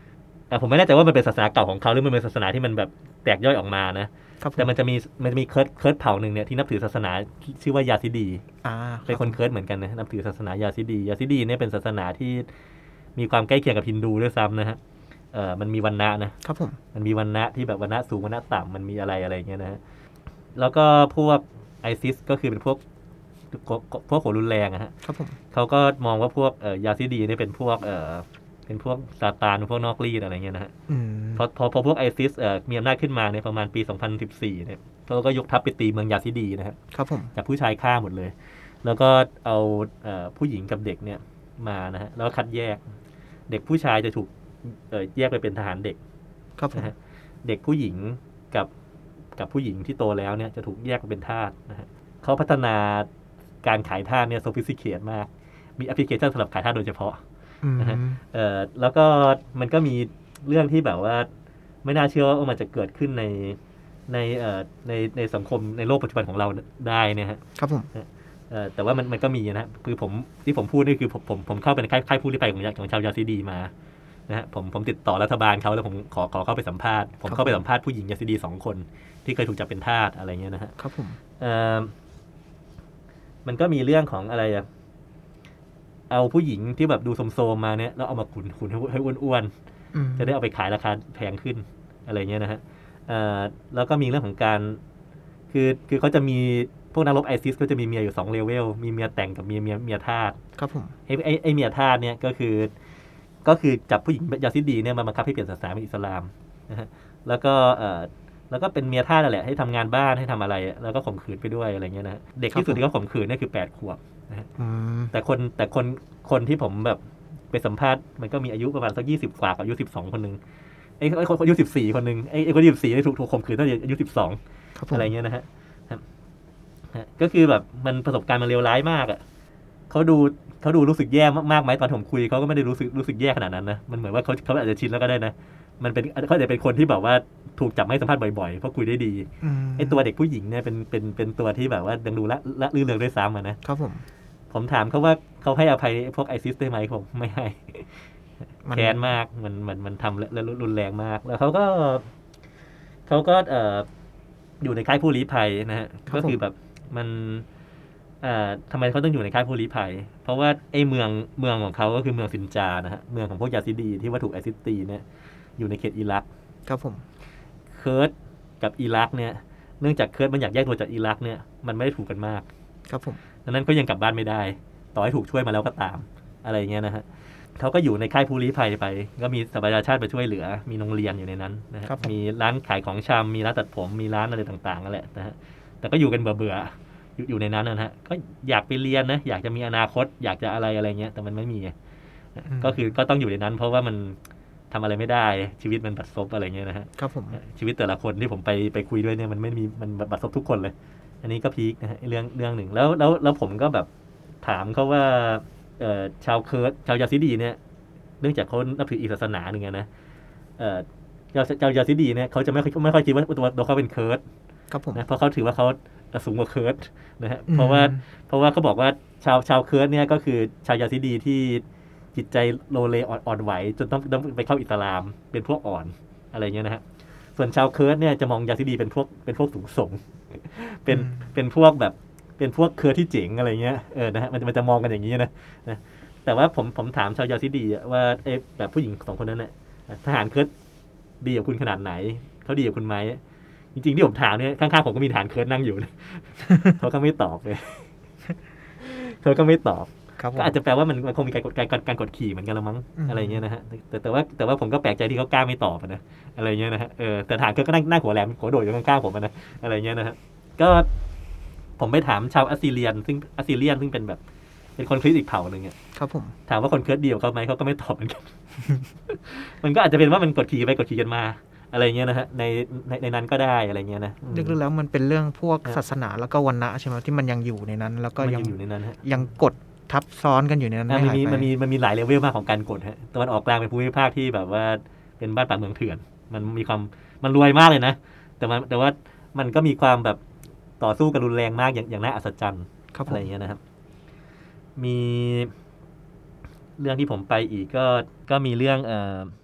อ่ะผมไม่แน่ใจว่ามันเป็นศาสนาเก่าของเขาหรือมันเป็นศาสนาที่มันแบบแตกย่อยออกมานะแต่มันจะมีมันจะมีเคิร์ดเคิร์ดเผ่านึงเนี่ยที่นับถือศาสนาชื่อว่ายาซิดีอ่าเป็นคนเคิร์ดเหมือนกันนะนับถือศาสนายาซิดียาซิดีเนี่ยเป็นศาสนาที่มีความใกล้เคียงกับฮินดูด้วยซ้ำนะฮะเอ่อมันมีวรรณะนะครับผมมันมีวรรณะที่แบบวรรณะสูงวรรณะต่ำมันมีอะไรอะไรอย่างเงี้ยนะฮะแล้วก็พวกไอซิสก็คือเป็นพวกพวกโหรุนแรงอะฮะครับผมเขาก็มองว่าพวกเอ่อยาซิดีเนี่ยเป็นพวกเอ่อเป็นพวกซาตานพวกนอกรีดอะไรเงี้ยนะฮะพอพอพอพวกไอซิสเอ่อมีอำนาจขึ้นมาในประมาณปีสองพันสิบสี่เนี่ยเขาก็ยกทัพไปตีเมืองยาซิดีนะครับครับผมจับผู้ชายฆ่าหมดเลยแล้วก็เอาเอ่อผู้หญิงกับเด็กเนี่ยมานะฮะแล้วคัดแยกเด็กผู้ชายจะถูกเอ่อแยกไปเป็นทหารเด็กครับนะฮะเด็กผู้หญิงกับกับผู้หญิงที่โตแล้วเนี่ยจะถูกแยกไปเป็นทาสนะฮะเขาพัฒนาการขายทาสเนี่ยโซฟิสติเคทมากมีแอปพลิเคชันสำหรับขายทาสโดยเฉพาะนะฮะเอ่อแล้วก็มันก็มีเรื่องที่แบบว่าไม่น่าเชื่อว่ามันจะเกิดขึ้นในในเอ่อในในสังคมในโลกปัจจุบันของเราได้เนี่ยฮะครับผมเอ่อแต่ว่ามันมันก็มีนะคือผมที่ผมพูดนี่คือผมผมผมเข้าไปในค่ายค่ายผู้ลี้ภัยของของชาวยาซิดีมานะฮะผมผมติดต่อรัฐบาลเขาแล้วผมขอขอเข้าไปสัมภาษณ์ผมเข้าไปสัมภาษณ์ผู้หญิงยาซิดีสองคนที่เคยถูกจับเป็นทาสอะไรเงี้ยนะฮะครับผมเอ่อมันก็มีเรื่องของอะไรอะเอาผู้หญิงที่แบบดูโซมๆมาเนี่ยแล้วเอามาขุนขุนให้ให้อ้วนๆจะได้เอาไปขายราคาแพงขึ้นอะไรเงี้ยนะฮะเอ่อแล้วก็มีเรื่องของการคือคือเขาจะมีพวกนักรบไอซิสเขาจะมีเมียอยู่สองเลเวลมีเมียแต่งกับเมียเมียเมียทาสครับผมไอ้ไอ้ไอ้เมียทาสเนี่ยก็คือก็คือจับผู้หญิงยาซิดีเนี่ยมาบังคับให้เปลี่ยนศาสนาเป็นอิสลามนะฮะแล้วก็เอ่อแล้วก็เป็นเมียทาสนั่นแหละให้ทำงานบ้านให้ทำอะไรแล้วก็ข่มขืนไปด้วยอะไรเงี้ยนะเด็กที่สุดที่เขาข่มขืนเนี่ยคือแปดขวบนะฮะแต่คนแต่คนคนที่ผมแบบไปสัมภาษณ์มันก็มีอายุประมาณสักยี่สิบกว่ากับอายุสิบสองคนนึงไอ้ไอ้คนอายุสิบสี่คนนึงไอ้ไอ้คนยี่สิบสี่ถูกถูกข่มขืนตั้งแต่อายุสิบสองอะไรเงี้ยนะฮะก็คือแบบมันประสบการณ์มันเลวร้ายมากอ่ะเขาดูเขาดูรู้สึกแย่มากไหมตอนผมคุยเขาก็ไม่ได้รู้สึกรู้สึกแย่ขนาดนั้นนะมันเหมือนว่าเขาเขาอาจจะชินแล้วก็ได้นะมันเป็นเขาอาจจะเป็นคนที่แบบว่าถูกจับให้สัมภาษณ์บ่อยๆเพราะคุยได้ดีไอ้ตัวเด็กผู้หญิงเนี่ยเป็นเป็นเป็นตัวที่แบบว่ายังดูละละลื่นเริงด้วยซ้ำอ่ะนะครับผมผมถามเขาว่าเขาให้อภัยพวกไอซิสได้ไหมผมไม่ให้แค้นมากมันมันมันทำและรุนแรงมากแล้วเขาก็เขาก็เอ่ออยู่ในค่ายผู้ลี้ภัยนะฮะก็คือแบบมันอ่าทำไมเขาต้องอยู่ในค่ายผู้ลี้ภัยเพราะว่าไอ้เมืองเมืองของเขาก็คือเมืองซินจานะฮะเมืองของพวกยาซิดีที่ว่าถูกไอซิสตีเนี่ยอยู่ในเขตอิรักครับผมเคิร์ดกับอิรักเนี่ยเนื่องจากเคิร์ดมันอยากแยกตัวจากอิรักเนี่ยมันไม่ได้ถูกกันมากครับผมดังนั้นก็ยังกลับบ้านไม่ได้ต่อให้ถูกช่วยมาแล้วก็ตามอะไรเงี้ยนะฮะเขาก็อยู่ในค่ายผู้ลี้ภัยไปก็มีสภาชาติไปช่วยเหลือมีโรงเรียนอยู่ในนั้นนะฮะมีร้านขายของชำมีร้านตัดผมมีร้านอะไรต่างๆนั่นแหละนะฮะแต่ก็อยู่กันเบื่อๆอยู่อยู่ในนั้นนะฮะก็อยากไปเรียนนะอยากจะมีอนาคตอยากจะอะไรอะไรเงี้ยแต่มันไม่มีก็คือก็ต้องอยู่ในนั้นเพราะว่ามันทำอะไรไม่ได้ชีวิตมันบัดซบอะไรเงี้ยนะฮะครับผมชีวิตแต่ละคนที่ผมไปไปคุยด้วยเนี่ยมันไม่มีมันบัดซบทุกคนเลยอันนี้ก็พีคนะฮะเรื่องเรื่องหนึ่งแล้วแล้วแล้วผมก็แบบถามเขาว่าเอ่อชาวเคิร์ดชาวยาซิดีเนี่ยเนื่องจากเขานับถืออีกศาสนาหนึ่งนะเอ่อชาวยาซิดีเนี่ยเขาจะไม่ไม่ค่อยคิดว่าตัวตัวเขาเป็นเคิร์ดครับผมนะเพราะเขาถือว่าเขาสูงกว่าเคิร์ดนะฮะเพราะว่าเพราะว่าเขาบอกว่าชาวชาวเคิร์ดเนี่ยก็คือชาวยาซิดีที่จิตใจโลเลอ่อนไหวจนต้องต้องไปเข้าอิสลามเป็นพวกอ่อนอะไรเงี้ยนะฮะส่วนชาวเคิร์ดเนี่ยจะมองยาซิดีเป็นพวกเป็นพวกสูงส่งเป็นเป็นพวกแบบเป็นพวกเคิร์ดที่เจ๋งอะไรเงี้ยเออนะฮะมันมันจะมองกันอย่างนี้นะนะแต่ว่าผมผมถามชาวยาซิดีว่าไอ้แบบผู้หญิงสองคนนั้นน่ะทหารเคิร์ดดีกับคุณขนาดไหนเขาดีกับคุณไหมจริงๆที่ผมถามเนี่ยข้างๆผมก็มีทหารเคิร์ดนั่งอยู่นะเขาก็ไม่ตอบเลยเขาก็ไม่ตอบก็อาจจะแปลว่ามันมันคงมีการกดการการกดขี่เหมือนกันละมั้งอะไรเงี้ยนะฮะแต่แต่ว่าแต่ว่าผมก็แปลกใจที่เขากล้าไม่ตอบนะอะไรเงี้ยนะฮะเออแต่ทหารเคิร์ดก็นั่งนั่งหัวแหลมหัวโดดอยู่ข้างๆผมนะอะไรเงี้ยนะฮะก็ผมไปถามชาวอัสซีเรียนซึ่งอัสซีเรียนซึ่งเป็นแบบเป็นคนคริสต์อีกเผ่านึงอ่ะครับผมถามว่าคนเคิร์ดเดียวเขาไหมเขาก็ไม่ตอบเหมือนกันมันก็อาจจะเป็นว่ามันกดขี่ไปกดขี่กันมาอะไรเงี้ยนะฮะในในในนั้นก็ได้อะไรเงี้ยนะลึกๆแล้วมันเป็นเรื่องพวกศาสนาแล้วก็วรรณะใช่ไหมที่มันยังอยู่ในนั้นแล้วก็ยังอยู่ในนั้นฮะยังกดทับซ้อนกันอยู่ในนั้นมันมีมันมีมันมีหลายเลเวลมากของการกดฮะตะวันออกกลางเป็นภูมิภาคที่แบบว่าเป็นบ้านป่าเมืองเถื่อนมันมีความมันรวยมากเลยนะแต่มันแต่ว่ามันก็มีความแบบต่อสู้กันรุนแรงมากอย่างอย่างน่าอัศจรรย์อะไรเงี้ยนะครับมีเรื่องที่ผมไปอีกก็ก็มีเรื่องเอ่อ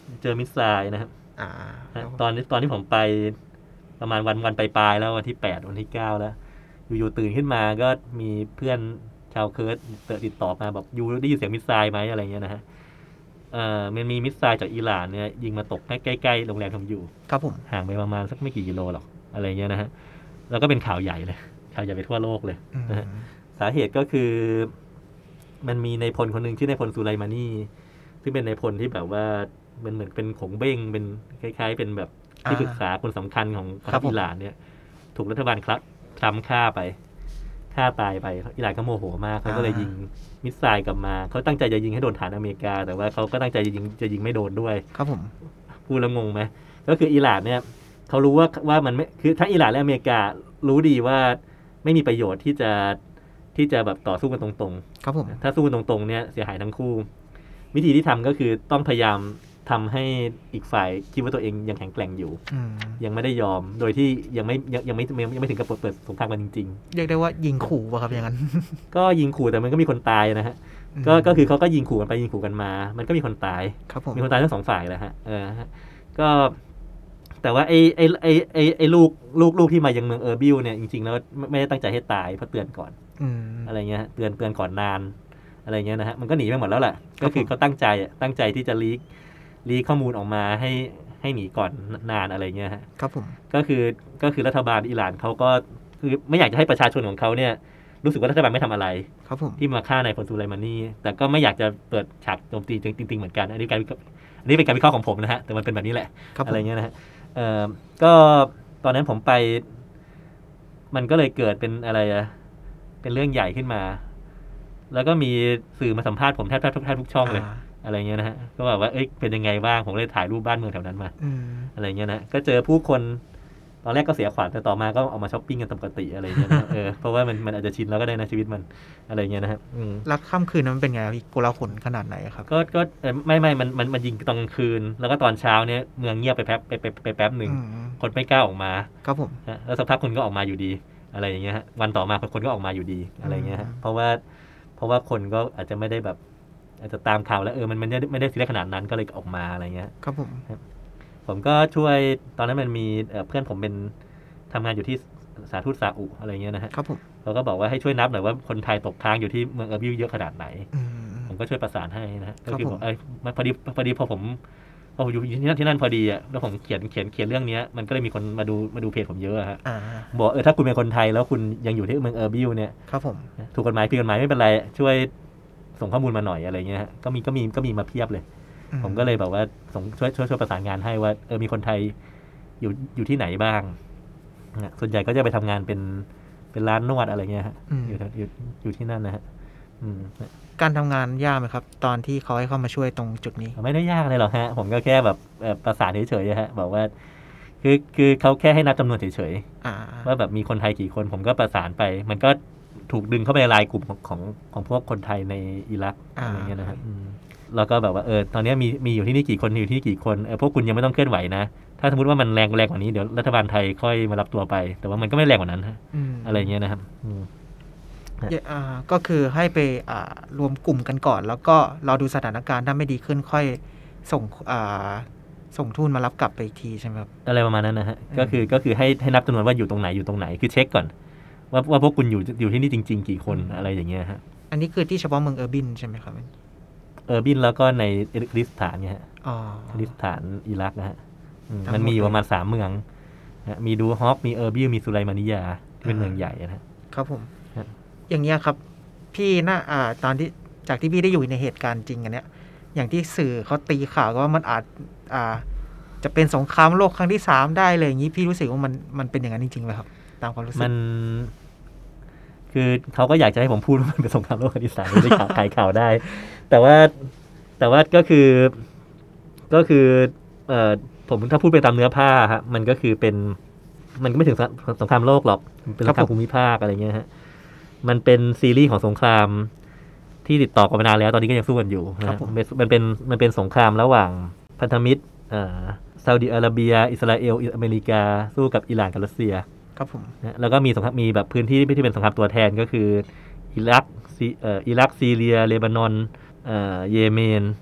เจอมิสไซล์นะครับอ่าตอนนี้ตอนที่ผมไปประมาณวันวันปลายๆแล้ววันที่แปดวันที่เก้าแล้วอยู่ๆตื่นขึ้นมาก็มีเพื่อนชาวเคิร์ดติดต่อมาบอกยูได้ยินเสียงมิสไซล์ไหมอะไรเงี้ยนะฮะเอ่อมันมีมิสไซล์จากอิหร่านเนี่ยยิงมาตกใกล้ๆโรงแรมผมอยู่ครับผมห่างไปประมาณสักไม่กี่กิโลหรอกอะไรเงี้ยนะฮะแล้วก็เป็นข่าวใหญ่เลยข่าวใหญ่ไปทั่วโลกเลยนะฮะสาเหตุก็คือมันมีนายพลคนหนึ่งชื่อนายพลสุไลมานีที่เป็นนายพลที่แบบว่ามันเหมือนเป็นขงเบ้งเป็นคล้ายๆเป็นแบบที่ปรึกษาคนสำคัญของอิหร่านเนี่ยถูกรัฐบาลครับทรัมป์ฆ่าไปฆ่าตายไปอิหร่านก็โมโหมากเขาก็เลยยิงมิสไซล์กลับมาเขาตั้งใจจะยิงให้โดนฐานอเมริกาแต่ว่าเขาก็ตั้งใจจะยิงจะยิงไม่โดนด้วยครับผมพูดแล้วงงไหมก็คืออิหร่านเนี่ยเขารู้ว่าว่ามันไม่คือทั้งอิหร่านและอเมริการู้ดีว่าไม่มีประโยชน์ที่จะที่จะแบบต่อสู้กันตรงๆครับผมถ้าสู้กันตรงๆเนี่ยเสียหายทั้งคู่วิธีที่ทำก็คือต้องพยายามทำให้อีกฝ่ายคิดว่าตัวเองยังแข็งแกร่งอยู่ยังไม่ได้ยอมโดยที่ยังไม่ยังยังไม่ยังไม่ถึงกับเปิดสงครามกันจริงๆเรียกได้ว่ายิงขู่ป่ะครับอย่างนั้นก็ยิงขู่แต่มันก็มีคนตายนะฮะก็ก็คือเขาก็ยิงขู่กันไปยิงขู่กันมามันก็มีคนตายมีคนตายทั้งสองฝ่ายแหละฮะเออก็แต่ว่าไอ้ไอ้ไอ้ไอ้ไอ้ลูกลูกลูกที่มายังเมืองเออร์บิลเนี่ยจริงๆแล้วไม่ได้ตั้งใจให้ตายเพราะเตือนก่อนอะไรเงี้ยเตือนเตือนก่อนนานอะไรเงี้ยนะฮะมันก็หนีไปหมดแล้วแหละก็คือเขาตั้งใจตั้งใจที่จะลีกลีกข้อมูลออกมาให้ให้หนีก่อนนานอะไรเงี้ยฮะครับผมก็คือก็คือรัฐบาลอิหร่านเขาก็คือไม่อยากจะให้ประชาชนของเขาเนี่ยรู้สึกว่ารัฐบาลไม่ทำอะไรครับผมที่มาฆ่านายพลสุไลมานีแต่ก็ไม่อยากจะเปิดฉากโจมตีจริงๆเหมือนกันอันนี้การอันนี้เป็นการวิเคราะห์ของผมนะฮะแต่มันเป็นแบบนี้แหละอะไรเงี้ยนะฮะเอ่อก็ตอนนั้นผมไปมันก็เลยเกิดเป็นอะไรอะเป็นเรื่องใหญ่ขึ้นมาแล้วก็มีสื่อมาสัมภาษณ์ผมแทบแทบทุกแทบทุกช่องเลยอะไรเงี้ยนะฮะก็แบบว่าเอ้ยเป็นยังไงบ้างผมเลยถ่ายรูปบ้านเมืองแถวนั้นมาอะไรเงี้ยนะก็เจอผู้คนตอนแรกก็เสียขวัญแต่ต่อมาก็ออกมาช้อปปิ้งกันปกติอะไรเงี้ยนะเออเพราะว่ามันมันอาจจะชินแล้วก็ได้นะชีวิตมันอะไรเงี้ยนะฮะแล้วค่ำคืนนั้นมันเป็นไงพี่โกลาหลขนาดไหนครับก็ก็ไม่ไม่มันมันมันยิงตอนกลางคืนแล้วก็ตอนเช้าเนี่ยเมืองเงียบไปแป๊บไปไปแป๊บหนึ่งคนไม่กล้าออกมาครับผมแล้วสักพักคนก็ออกมาอยู่ดีอะไรอย่างเงี้ยฮะวันต่อมาคนก็ออกมาอยู่ดีอะไรเงี้ยฮะเพราะว่าเพราะว่าคนก็อาจจะไม่ได้แบบอาจจะตามข่าวแล้วเออมันไม่ได้ไม่ได้ซีเรียสขนาดนั้นก็เลยออกมาอะไรเงี้ยครับผมผมก็ช่วยตอนนั้นมันมีเพื่อนผมเป็นทำงานอยู่ที่สถานทูตซาอุอะไรเงี้ยนะฮะครับผมเขาก็บอกว่าให้ช่วยนับหน่อยว่าคนไทยตกค้างอยู่ที่เมืองเออร์บิลเยอะขนาดไหนผมก็ช่วยประสานให้นะฮะก็คือบอกเออพอดีพอดีพอผมพอผมอยู่ที่นั่นที่นั่นพอดีอ่ะแล้วผมเขียนเขียนเขียนเรื่องนี้มันก็เลยมีคนมาดูมาดูเพจผมเยอะฮะบอกเออถ้าคุณเป็นคนไทยแล้วคุณยังอยู่ที่เมืองเออร์บิลเนี่ยครับผมถูกกฎหมายผิดกฎหมายไม่เป็นไรช่วยส่งข้อมูลมาหน่อยอะไรเงี้ยก็มีก็มีก็มีมาเพียบเลยผมก็เลยแบบว่าส่งช่วยช่วยช่วยประสานงานให้ว่าเออมีคนไทยอยู่อยู่ที่ไหนบ้างส่วนใหญ่ก็จะไปทำงานเป็นเป็นร้านนวดอะไรเงี้ยฮะอยู่อยู่อยู่ที่นั่นนะฮะการทำงานยากไหมครับตอนที่เขาให้เข้ามาช่วยตรงจุดนี้ไม่ได้ยากเลยหรอกฮะผมก็แค่แบบประสานเฉยๆฮะบอกว่าคือคือเขาแค่ให้นับจำนวนเฉยๆว่าแบบมีคนไทยกี่คนผมก็ประสานไปมันก็ถูกดึงเข้าไปในไลน์กลุ่มของของของพวกคนไทยในอิรักอะไรเงี้ยนะครับแล้วก็แบบว่าเออตอนนี้มีมีอยู่ที่นี่กี่คนอยู่ที่นี่กี่คนเออพวกคุณยังไม่ต้องเคลื่อนไหวนะถ้าสมมติว่ามันแรงแรงกว่านี้เดี๋ยวรัฐบาลไทยค่อยมารับตัวไปแต่ว่ามันก็ไม่แรงกว่านั้นฮะอะไรเงี้ยนะครับก็คือให้ไปรวมกลุ่มกันก่อนแล้วก็รอดูสถานการณ์ถ้าไม่ดีขึ้นค่อยส่งส่งทูตมารับกลับไปอีกทีใช่ไหมครับอะไรประมาณนั้นนะฮะก็คือก็คือให้ให้นับจำนวนว่าอยู่ตรงไหนอยู่ตรงไหนคือเช็คก่อนว่าว่าพวกคุณอยู่อยู่ที่นี่จริงๆกี่คนอะไรอย่างเงี้ยฮะอันนี้คือที่เฉพาะเมืองเออร์บิลใช่ไหมครับเออร์บิลแล้วก็ในคริสถานเนี่ยฮะคริสถานอิรักนะฮะมันมีอยู่ประมาณสามเมืองมีดูฮอกมีเออร์บิลมีสุไลมานิยาที่เป็นเมืองใหญ่นะครับผมอย่างเงี้ยครับพี่น่าอ่าตอนที่จากที่พี่ได้อยู่ในเหตุการณ์จริงอันเนี้ยอย่างที่สื่อเขาตีข่าวว่ามันอาจอ่าจะเป็นสงครามโลกครั้งที่สามได้เลยอย่างนี้พี่รู้สึกว่ามันมันเป็นอย่างนั้นจริงๆไหมครับตามความรู้สึกมันคือเขาก็อยากจะให้ผมพูดว่ามันเป็นสงครามโลกครั้งที่สามได้ข่าวขายข่าวได้แต่ว่าแต่ว่าก็คือก็คือเอ่อผมถ้าพูดไปตามเนื้อผ้าฮะมันก็คือเป็นมันก็ไม่ถึงสงครามโลกหรอกเป็นสงครามภูมิภาคอะไรเงี้ยฮะมันเป็นซีรีส์ของสงครามที่ติดต่อกันมานานแล้วตอนนี้ก็ยังสู้กันอยู่นะมันเป็นมันเป็นสงครามระหว่างพันธมิตรอ่าซาอุดิอาระเบียอิสราเอลอเมริกาสู้กับอิหร่านกับรัสเซียครับผมแล้วก็มีสงครามมีแบบพื้นที่ที่เป็นสงครามตัวแทนก็คืออิรักเอ่ออิรักซีเรียเลบานอนเอ่อเยเมน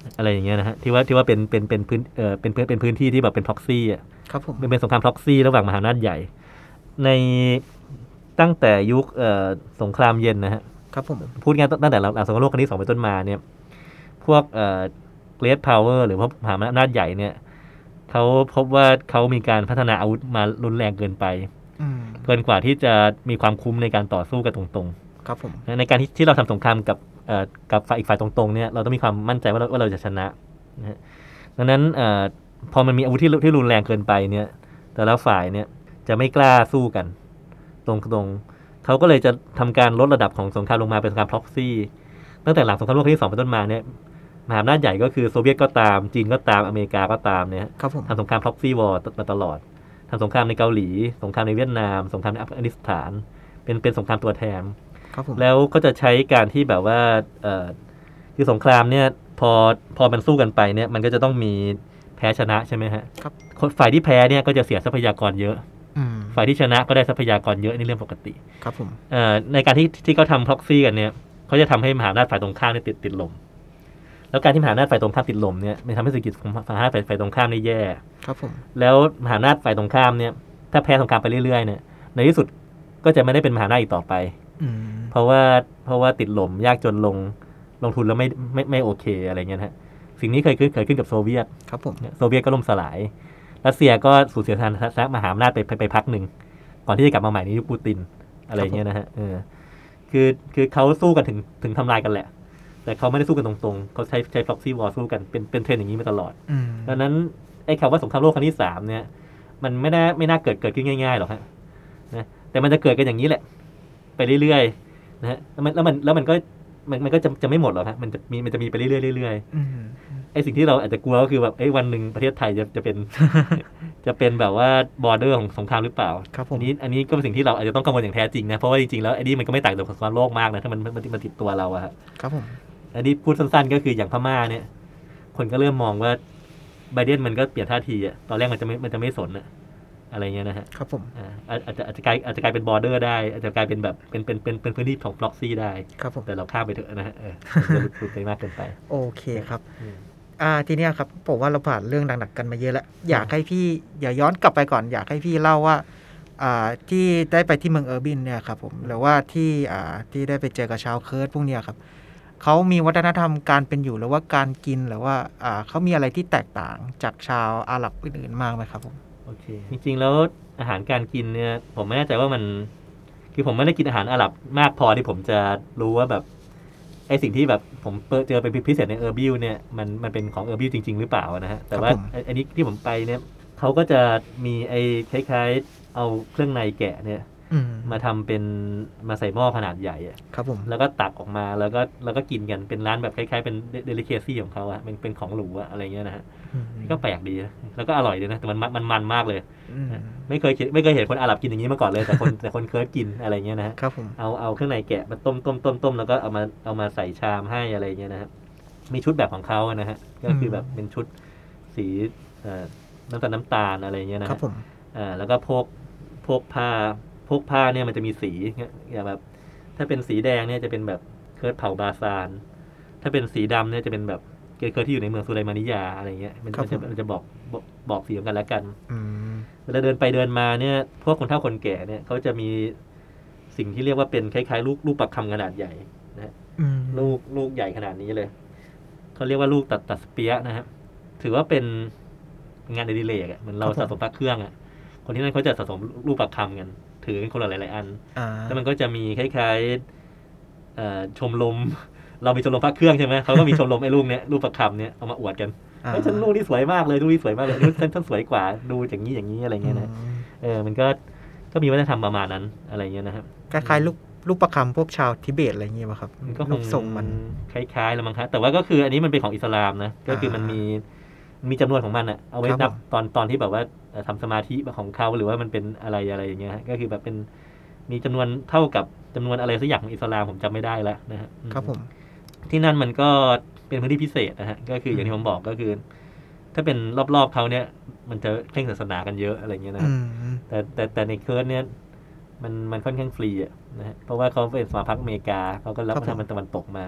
อะไรอย่างเงี้ยนะฮะที่ว่าที่ว่าเป็นเป็นเป็นพื้นเอ่อเป็นเป็นเป็นพื้นที่ที่แบบเป็น proxy อ่ะครับผมเป็นเป็นสงคราม proxy ระหว่างมหาอำนาจใหญ่ในตั้งแต่ยุคเอ่อสงครามเย็นนะฮะครับผมพูดง่ายตั้งแต่หลังสงครามโลกครั้งที่สองเป็นต้นมาเนี่ยพวกเอ่อ great power หรือว่ามหาอำนาจใหญ่เนี่ยเขาพบว่าเขามีการพัฒนาอาวุธมารุนแรงเกินไปเกินกว่าที่จะมีความคุ้มในการต่อสู้กันตรงๆครับผมในการที่ที่เราทำสงครามกับเอ่อกับฝ่ายอีกฝ่ายตรงๆเนี่ยเราต้องมีความมั่นใจว่าเราว่าเราจะชนะนะฮะดังนั้นเอ่อพอมันมีอาวุธที่ที่รุนแรงเกินไปเนี่ยแต่ละฝ่ายเนี่ยจะไม่กล้าสู้กันตรงๆเขาก็เลยจะทำการลดระดับของสงครามลงมาเป็นสงคราม proxy ตั้งแต่หลังสงครามโลกครั้งที่สองเป็นต้นมาเนี่ยมหาอำนาจใหญ่ก็คือโซเวียตก็ตามจีนก็ตามอเมริกาก็ตามเนี่ยทำสงคราม proxy war มาตลอดทำสงครามในเกาหลีสงครามในเวียดนามสงครามในอัฟกานิสถานเป็นเป็นสงครามตัวแทนแล้วก็จะใช้การที่แบบว่าเอ่อคือสงครามเนี่ยพอพอมันสู้กันไปเนี่ยมันก็จะต้องมีแพ้ชนะใช่ไหมฮะครับฝ่ายที่แพ้เนี่ยก็จะเสียทรัพยากรเยอะฝ่ายที่ชนะก็ได้ทรัพยากรเยอะนี่เรื่องปกติครับผมเอ่อในการที่ที่เขาทำ proxy กันเนี่ยเขาจะทำให้มหาอำนาจฝ่ายตรงข้ามเนี่ยติดติดลมแล้วการที่มหาอำนาจฝ่ายตรงข้ามติดลมเนี่ยมันทำให้เศรษฐกิจของมหาอำนาจฝ่ายตรงข้ามนี่แย่ครับผมแล้วมหาอำนาจฝ่ายตรงข้ามเนี่ยถ้าแพ้สงครามไปเรื่อยๆเนี่ยในที่สุดก็จะไม่ได้เป็นมหาอำนาจอีกต่อไปเพราะว่าเพราะว่าติดลมยากจนลงลงทุนแล้วไม่ไม่ไม่โอเคอะไรเงี้ยฮะสิ่งนี้เคยขึ้นเคยขึ้นกับโซเวียตครับผมโซเวียตก็ล่มสลายรัสเซียก็สูญเสียทางมหาอำนาจไปไปพักหนึ่งก่อนที่จะกลับมาใหม่ในยุคปูตินอะไรเงี้ยนะฮะเออคือคือเขาสู้กันถึงถึงทำลายกันแหละแต่เขาไม่ได้สู้กันตรงๆเขาใช้ใช้ proxy war สู้กันเป็นเป็นเทรนด์อย่างนี้มาตลอดดังนั้นไอ้คำว่าสงครามโลกครั้งที่สามเนี่ยมันไม่น่าไม่น่าเกิดเกิดขึ้นง่ายๆหรอกฮะนะแต่มันจะเกิดกันอย่างนี้แหละไปเรื่อยๆนะฮะแล้วมันแล้วมันแล้วมันก็มันมันก็จะจะไม่หมดหรอกฮะมันจะมีมันจะมีไปเรื่อยๆเรื่อยๆไอ้สิ่งที่เราอาจจะกลัวก็คือแบบไอ้วันหนึ่งประเทศไทยจะจะเป็น จะเป็นแบบว่าบอร์เดอร์ของสงครามหรือเปล่าอันนี้อันนี้ก็เป็นสิ่งที่เราอาจจะต้องกังวลอย่างแท้จริงนะเพราะว่าจริงๆแล้วไอ้นี่มันก็ไม่ต่างจากสงครามโลกมากนะถ้ามันมันมันติดตัวเราอะครับผมอันนี้พูดสั้นๆก็คืออย่างพม่าเนี่ยคนก็เริ่มมองว่าไบเดนมันก็เปลี่ยนท่าทีอะตอนแรกมันจะไม่มันจะไม่สนอะอะไรเงี้ยนะฮะครับผมอ่าอาจจะอาจจะกลายอาจจะกลายเป็นบอร์เดอร์ได้อาจจะกลายเป็นแบบเป็นเป็นเป็นเป็นพื้นที่ของ proxy ได้ครับผมแต่เราข้ามไปเถอะนะฮะเออจะพูดไปมากเกินไปโอเคครับอ่าทีนี้ครับผมว่าเราผ่านเรื่องหนักๆกันมาเยอะแล้วอยากให้พี่อย่าย้อนกลับไปก่อนอยากให้พี่เล่าว่าอ่าที่ได้ไปที่เมืองเออร์บินเนี่ยครับผมหรือว่าที่อ่าที่ได้ไปเจอกับชาวเคิร์ดพวกเนี้ยครับเขามีวัฒนธรรมการเป็นอยู่หรือว่าการกินหรือว่าอ่าเขามีอะไรที่แตกต่างจากชาวอาหรับอื่นๆมากไหมครับผมโอเคจริงๆแล้วอาหารการกินเนี่ยผมไม่แน่ใจว่ามันคือผมไม่ได้กินอาหารอาหรับมากพอที่ผมจะรู้ว่าแบบไอสิ่งที่แบบผมเจอไปพิเศษในเออร์บิลเนี่ยมันมันเป็นของเออร์บิลจริงๆหรือเปล่านะฮะแต่ว่าอันนี้ที่ผมไปเนี่ยเขาก็จะมีไอคล้ายๆเอาเครื่องในแกะเนี่ยมาทำเป็นมาใส่หม้อขนาดใหญ่อะครับผมแล้วก็ตักออกมาแล้วก็แล้วก็กินกันเป็นร้านแบบคล้ายๆเป็นเดลิเคซี่ของเขาอะเป็นเป็นของหรูอะอะไรเงี้ยนะฮะก็แปลกดีแล้วก็อร่อยดีนะแต่มันมันมันมากเลยไม่เคยไม่เคยเห็นคนอาหรับกินอย่างนี้มาก่อนเลยแต่คนแต่คนเคยกินอะไรเงี้ยนะฮะเอาเอาเครื่องในแกะมาต้มต้มต้มต้มแล้วก็เอามาเอามาใส่ชามให้อะไรเงี้ยนะฮะมีชุดแบบของเขานะฮะก็คือแบบเป็นชุดสีน้ำตาลน้ำตาลอะไรเงี้ยนะครับผมอ่าแล้วก็พกพกผ้าพกผ้าเนี่ยมันจะมีสีอย่างแบบถ้าเป็นสีแดงเนี่ยจะเป็นแบบเคิร์ดเผาบาซานถ้าเป็นสีดำเนี่ยจะเป็นแบบเคิร์ดที่อยู่ในเมืองสุไลมานิยาอะไรเงี้ยมันจะมันจะบอกบอกสีของกันและกันเวลาเดินไปเดินมาเนี่ยพวกคนเฒ่าคนแก่เนี่ยเขาจะมีสิ่งที่เรียกว่าเป็นคล้ายๆลูกลูกปักคำขนาดใหญ่นะลูกลูกใหญ่ขนาดนี้เลยเขาเรียกว่าลูกตัดตัดสเปียนะฮะถือว่าเป็นงานอดิเรกอ่ะเหมือนเราสะสมพระเครื่องอ่ะคนที่นั่นเขาจะสะสมลูกปักคำกันถือกันคนละหลายๆอันแล้วมันก็จะมีคล้ายๆชมรมเรามีชมรมพระเครื่องใช่ไหมเขาก็มีชมรมไอ้ลูกเนี้ยลูกปักคำเนี้ยเอามาอวดกันไอ้ฉันลูกนี่สวยมากเลยลูกนี่สวยมากเลยนี่ฉันฉันสวยกว่าดูอย่างนี้อย่างนี้อะไรเงี้ยนะเออมันก็ก็มีวัฒนธรรมประมาณนั้นอะไรเงี้ยนะครับคล้ายๆลูกลูกประคำพวกชาวทิเบตอะไรเงี้ยป่ะครับมันก็คงส่งมันคล้ายๆแล้วมั้งครับแต่ว่าก็คืออันนี้มันเป็นของอิสลามนะก็คือมันมีมีจำนวนของมันอ่ะเอาไว้นับตอนตอนที่แบบว่าทำสมาธิของเขาหรือว่ามันเป็นอะไรอะไรอย่างเงี้ยก็คือแบบเป็นมีจำนวนเท่ากับจำนวนอะไรสักอย่างของอิสลามผมจำไม่ได้แล้วนะฮะครับผมที่นั่นมันก็เป็นพื้นที่พิเศษนะฮะก็คืออย่างที่ผมบอกก็คือถ้าเป็นรอบๆเขาเนี่ยมันจะเคร่งศาสนากันเยอะอะไรเงี้ยนะแต่แต่แต่ในเคิร์ดเนี่ยมันมันค่อนข้างฟรีอ่ะนะฮะเพราะว่าเขาเป็นสมาพักอเมริกาเขาก็รับวัฒนธรรมตะวันตกมา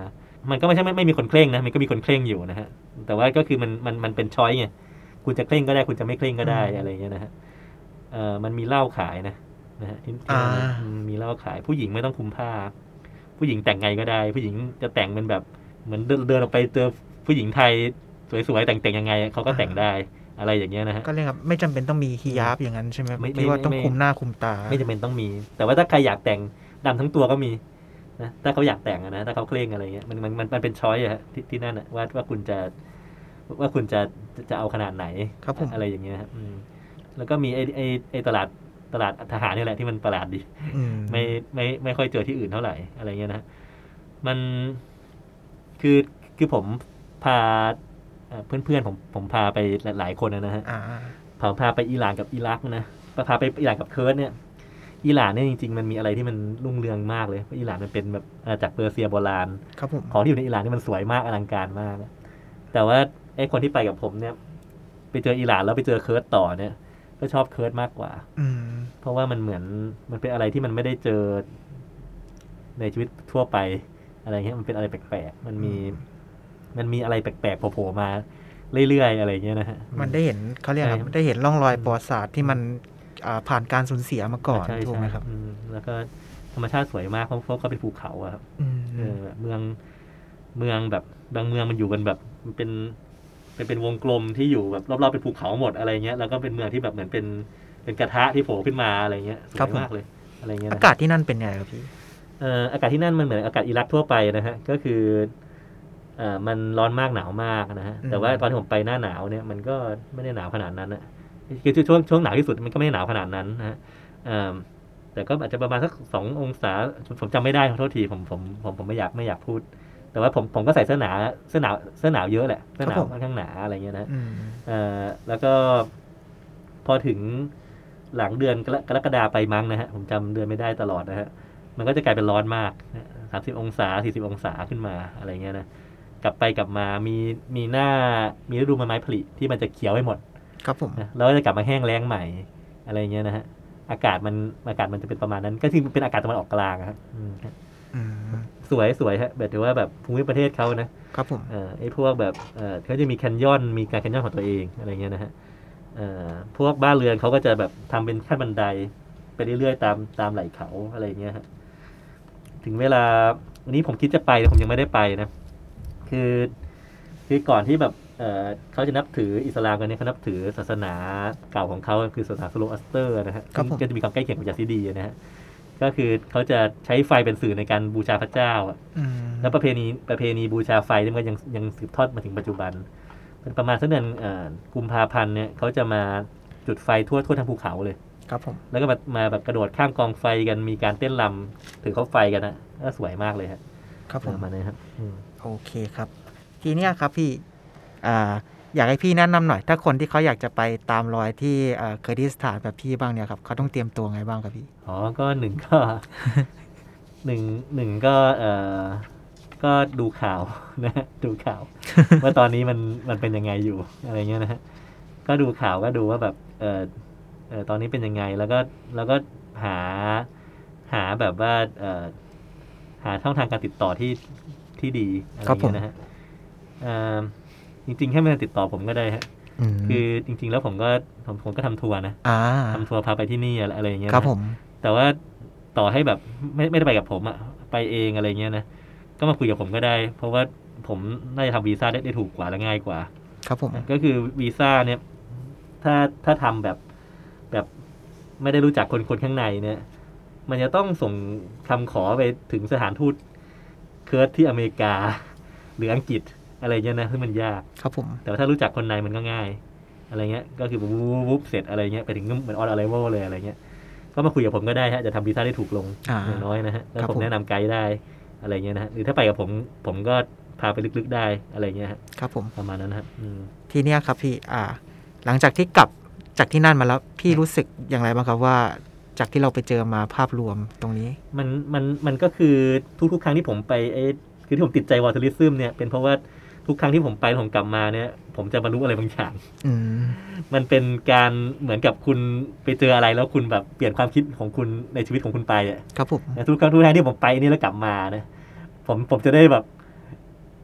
มันก็ไม่ใช่ไม่ไม่มีคนเคร่งนะมันก็มีคนเคร่งอยู่นะฮะแต่ว่าก็คือมันมันมันเป็นช้อยไงคุณจะเคร่งก็ได้คุณจะไม่เคร่งก็ได้อะไรเงี้ยนะฮะเอ่อมันมีเหล้าขายนะนะฮะที่มีเหล้าขายผู้หญิงไม่ต้องคุมผ้าผู้หญิงแต่งไงก็ได้ผู้หญิงจะแต่งเป็นแบบเหมือนเดินเดินออกไปเจอผู้หญิงไทยสวยๆแต่งๆยังไงเขาก็แต่งได้อะไรอย่างเงี้ยนะฮะก็เรียกครับไม่จำเป็นต้องมีฮิญาบอย่างนั้นใช่ไหมไม่ว่าต้องคุมหน้าคุมตาไม่จำเป็นต้องมีแต่ว่าถ้าใครอยากแต่งดำทั้งตัวก็มีนะถ้าเขาอยากแต่งนะถ้าเขาเคร่งอะไรเงี้ยมันมันมันเป็นช้อยอะฮะที่ที่นั่นอะว่าว่าคุณจะว่าคุณจะจะเอาขนาดไหนอะไรอย่างเงี้ยครับแล้วก็มีไอ้ไอ้ไอ้ตลาดตลาดทหารนี่แหละที่มันประหลาดดีไม่ไม่ไม่ค่อยเจอที่อื่นเท่าไหร่อะไรเงี้ยนะมันคือคือผมพาเพื่อนเพื่อนผมผมพาไปหลายคนนะฮะผมพาไปอิหร่านกับอิรักนะพาไปอิหร่านกับเคิร์ดเนี่ยอิหร่านเนี่ยจริงๆมันมีอะไรที่มันรุ่งเรืองมากเลยเพราะอิหร่านมันเป็นแบบจากเปอร์เซียโบราณของที่อยู่ในอิหร่านนี่มันสวยมากอลังการมากแต่ว่าไอ้คนที่ไปกับผมเนี่ยไปเจออิหร่านแล้วไปเจอเคิร์ดต่อเนี่ยก็ชอบเคิร์ดมากกว่าเพราะว่ามันเหมือนมันเป็นอะไรที่มันไม่ได้เจอในชีวิตทั่วไปอะไรเงี้ยมันเป็นอะไรแปลกๆมันมีมันมีอะไรแปลกๆโผล่มาเรื่อยๆอะไรเงี้ยนะฮะมันได้เห็นเขาเรียกครับได้เห็นร่องรอยประวัติศาสตร์ที่มันผ่านการสูญเสียมาก่อนถูกไหมครับแล้วก็ธรรมชาติสวยมากเพราะเพราะเขาเป็นภูเขาครับเมืองเมืองแบบบางเมืองมันอยู่กันแบบมันเป็นเป็นเป็นวงกลมที่อยู่แบบรอบๆเป็นภูเขาหมดอะไรเงี้ยแล้วก็เป็นเมืองที่แบบเหมือนเป็นเป็นกระทะที่โผล่ขึ้นมาอะไรเงี้ยสวยมากเลยอะไรเงี้ยอากาศที่นั่นเป็นไงครับพี่เอ่ออากาศที่นั่นมันเหมือนอากาศอิรักทั่วไปนะฮะก็คือเอ่อมันร้อนมากหนาวมากนะฮะแต่ว่าตอนที่ผมไปหน้าหนาวเนี่ยมันก็ไม่ได้หนาวขนาดนั้นนะคือช่วงช่วงหนาวที่สุดมันก็ไม่หนาวขนาดนั้นนะฮะแต่ก็อาจจะประมาณสักสององศาผมจำไม่ได้ขอโทษทีผมผมผมผมไม่อยากไม่อยากพูดแต่ว่าผมผมก็ใส่เสื้อหนาเสื้อหนาวเสื้อหนาวเยอะแหละเสื้อหนาวค่อนข้างหนาอะไรเงี้ยนะแล้วก็พอถึงหลังเดือนกรกฎาไปมั้งนะฮะผมจำเดือนไม่ได้ตลอดนะฮะมันก็จะกลายเป็นร้อนมากสามสิบองศาสี่สิบองศาขึ้นมาอะไรเงี้ยนะกลับไปกลับมามีมีหน้ามีฤดูใบไม้ผลิที่มันจะเขียวไปหมดครับผมแล้วจะกลับมาแห้งแล้งใหม่อะไรเงี้ยนะฮะอากาศมันอากาศมันจะเป็นประมาณนั้นก็คือเป็นอากาศตะวันออกกลางครับสวยสวยฮะแบบถือว่าแบบภูมิประเทศเขานะครับผมเอ่อไอ้พวกแบบเอ่อเขาจะมีแคนยอนมีการแคนยอนของตัวเองอะไรเงี้ยนะฮะเอ่อพวกบ้านเรือนเขาก็จะแบบทำเป็นขั้นบันไดไปเรื่อยๆตามตามไหล่เขาอะไรเงี้ยฮะถึงเวลาวันนี้ผมคิดจะไปแต่ผมยังไม่ได้ไปนะคือคือก่อนที่แบบเอ่อเขาจะนับถืออิสลามกันเนี่ยเขานับถือศาสนาเก่าของเขาคือศาสนาซโลอัสเตอร์นะฮะก็จะมีความใกล้เคียงกับยาซิดีนะฮะก็คือเขาจะใช้ไฟเป็นสื่อในการบูชาพระเจ้าอ่ะแล้วประเพณีประเพณีบูชาไฟนี่มันยังยังสืบทอดมาถึงปัจจุบันเป็นประมาณสักเดือนกุมภาพันธ์เนี่ยเขาจะมาจุดไฟทั่วทั่วทั้งภูเขาเลยครับผมแล้วก็มามาแบบกระโดดข้ามกองไฟกันมีการเต้นรำถือเขาไฟกันนะก็สวยมากเลยครับครับผมมาเลยครับโอเคครับทีนี้ครับพี่อ่าอยากให้พี่แนะนำหน่อยถ้าคนที่เขาอยากจะไปตามรอยที่เคอร์ดิสถานแบบพี่บ้างเนี่ยครับเขาต้องเตรียมตัวไงบ้างครับพี่อ๋อก็หนึ่งก็หนึ่งหนึ่งก็เอ่อก็ดูข่าวนะดูข่าวว่าตอนนี้มันมันเป็นยังไงอยู่อะไรเงี้ยนะฮะก็ดูข่าวก็ดูว่าแบบเออเออตอนนี้เป็นยังไงแล้วก็แล้วก็หาหาแบบว่าเออหาช่องทางการติดต่อที่ที่ดีอะไรเงี้ยนะฮะจริงๆแค่ไม่ติดต่อผมก็ได้ฮะคือจริงๆแล้วผมก็ผมผมก็ทำทัวร์นะทำทัวร์พาไปที่นี่อะไรอย่างเงี้ยครับผมแต่ว่าต่อให้แบบไม่ไม่ได้ไปกับผมอะไปเองอะไรเงี้ยนะก็มาคุยกับผมก็ได้เพราะว่าผมน่าจะทำวีซ่าได้ได้ถูกกว่าและง่ายกว่าครับผมก็คือวีซ่าเนี่ยถ้าถ้าทำแบบแบบไม่ได้รู้จักคนคนข้างในเนี่ยมันจะต้องส่งคำขอไปถึงสถานทูตเคิร์ดที่อเมริกาหรืออังกฤษอะไรเงี้ยนะคือมันยากครับผมแต่ว่าถ้ารู้จักคนในมันก็ง่ายอะไรเงี้ยก็คือวุบวุบเสร็จอะไรเงี้ยไปถึงเหมือนออนอะไรวอลเลยอะไรเงี้ยก็มาคุยกับผมก็ได้ฮะจะทำวีซ่าได้ถูกลงอย่างน้อยนะฮะแล้วผมแนะนำไกด์ได้อะไรเงี้ยนะฮะหรือถ้าไปกับผมผมก็พาไปลึกๆได้อะไรเงี้ยครับผมประมาณนั้นนะทีเนี้ยครับพี่อ่าหลังจากที่กลับจากที่นั่นมาแล้วพี่รู้สึกอย่างไรบ้างครับว่าจากที่เราไปเจอมาภาพรวมตรงนี้มันมันมันก็คือทุกๆครั้งที่ผมไปเอคือที่ผมติดใจวอเตอริซึมเนี่ยเป็นเพราะว่าทุกครั้งที่ผมไปผมกลับมาเนี่ยผมจะบรรลุอะไรบางอย่างมันเป็นการเหมือนกับคุณไปเจออะไรแล้วคุณแบบเปลี่ยนความคิดของคุณในชีวิตของคุณไปอ่ะครับผมทุกครั้งทุกครั้งที่ผมไปนี่แล้วกลับมานะผมผมจะได้แบบ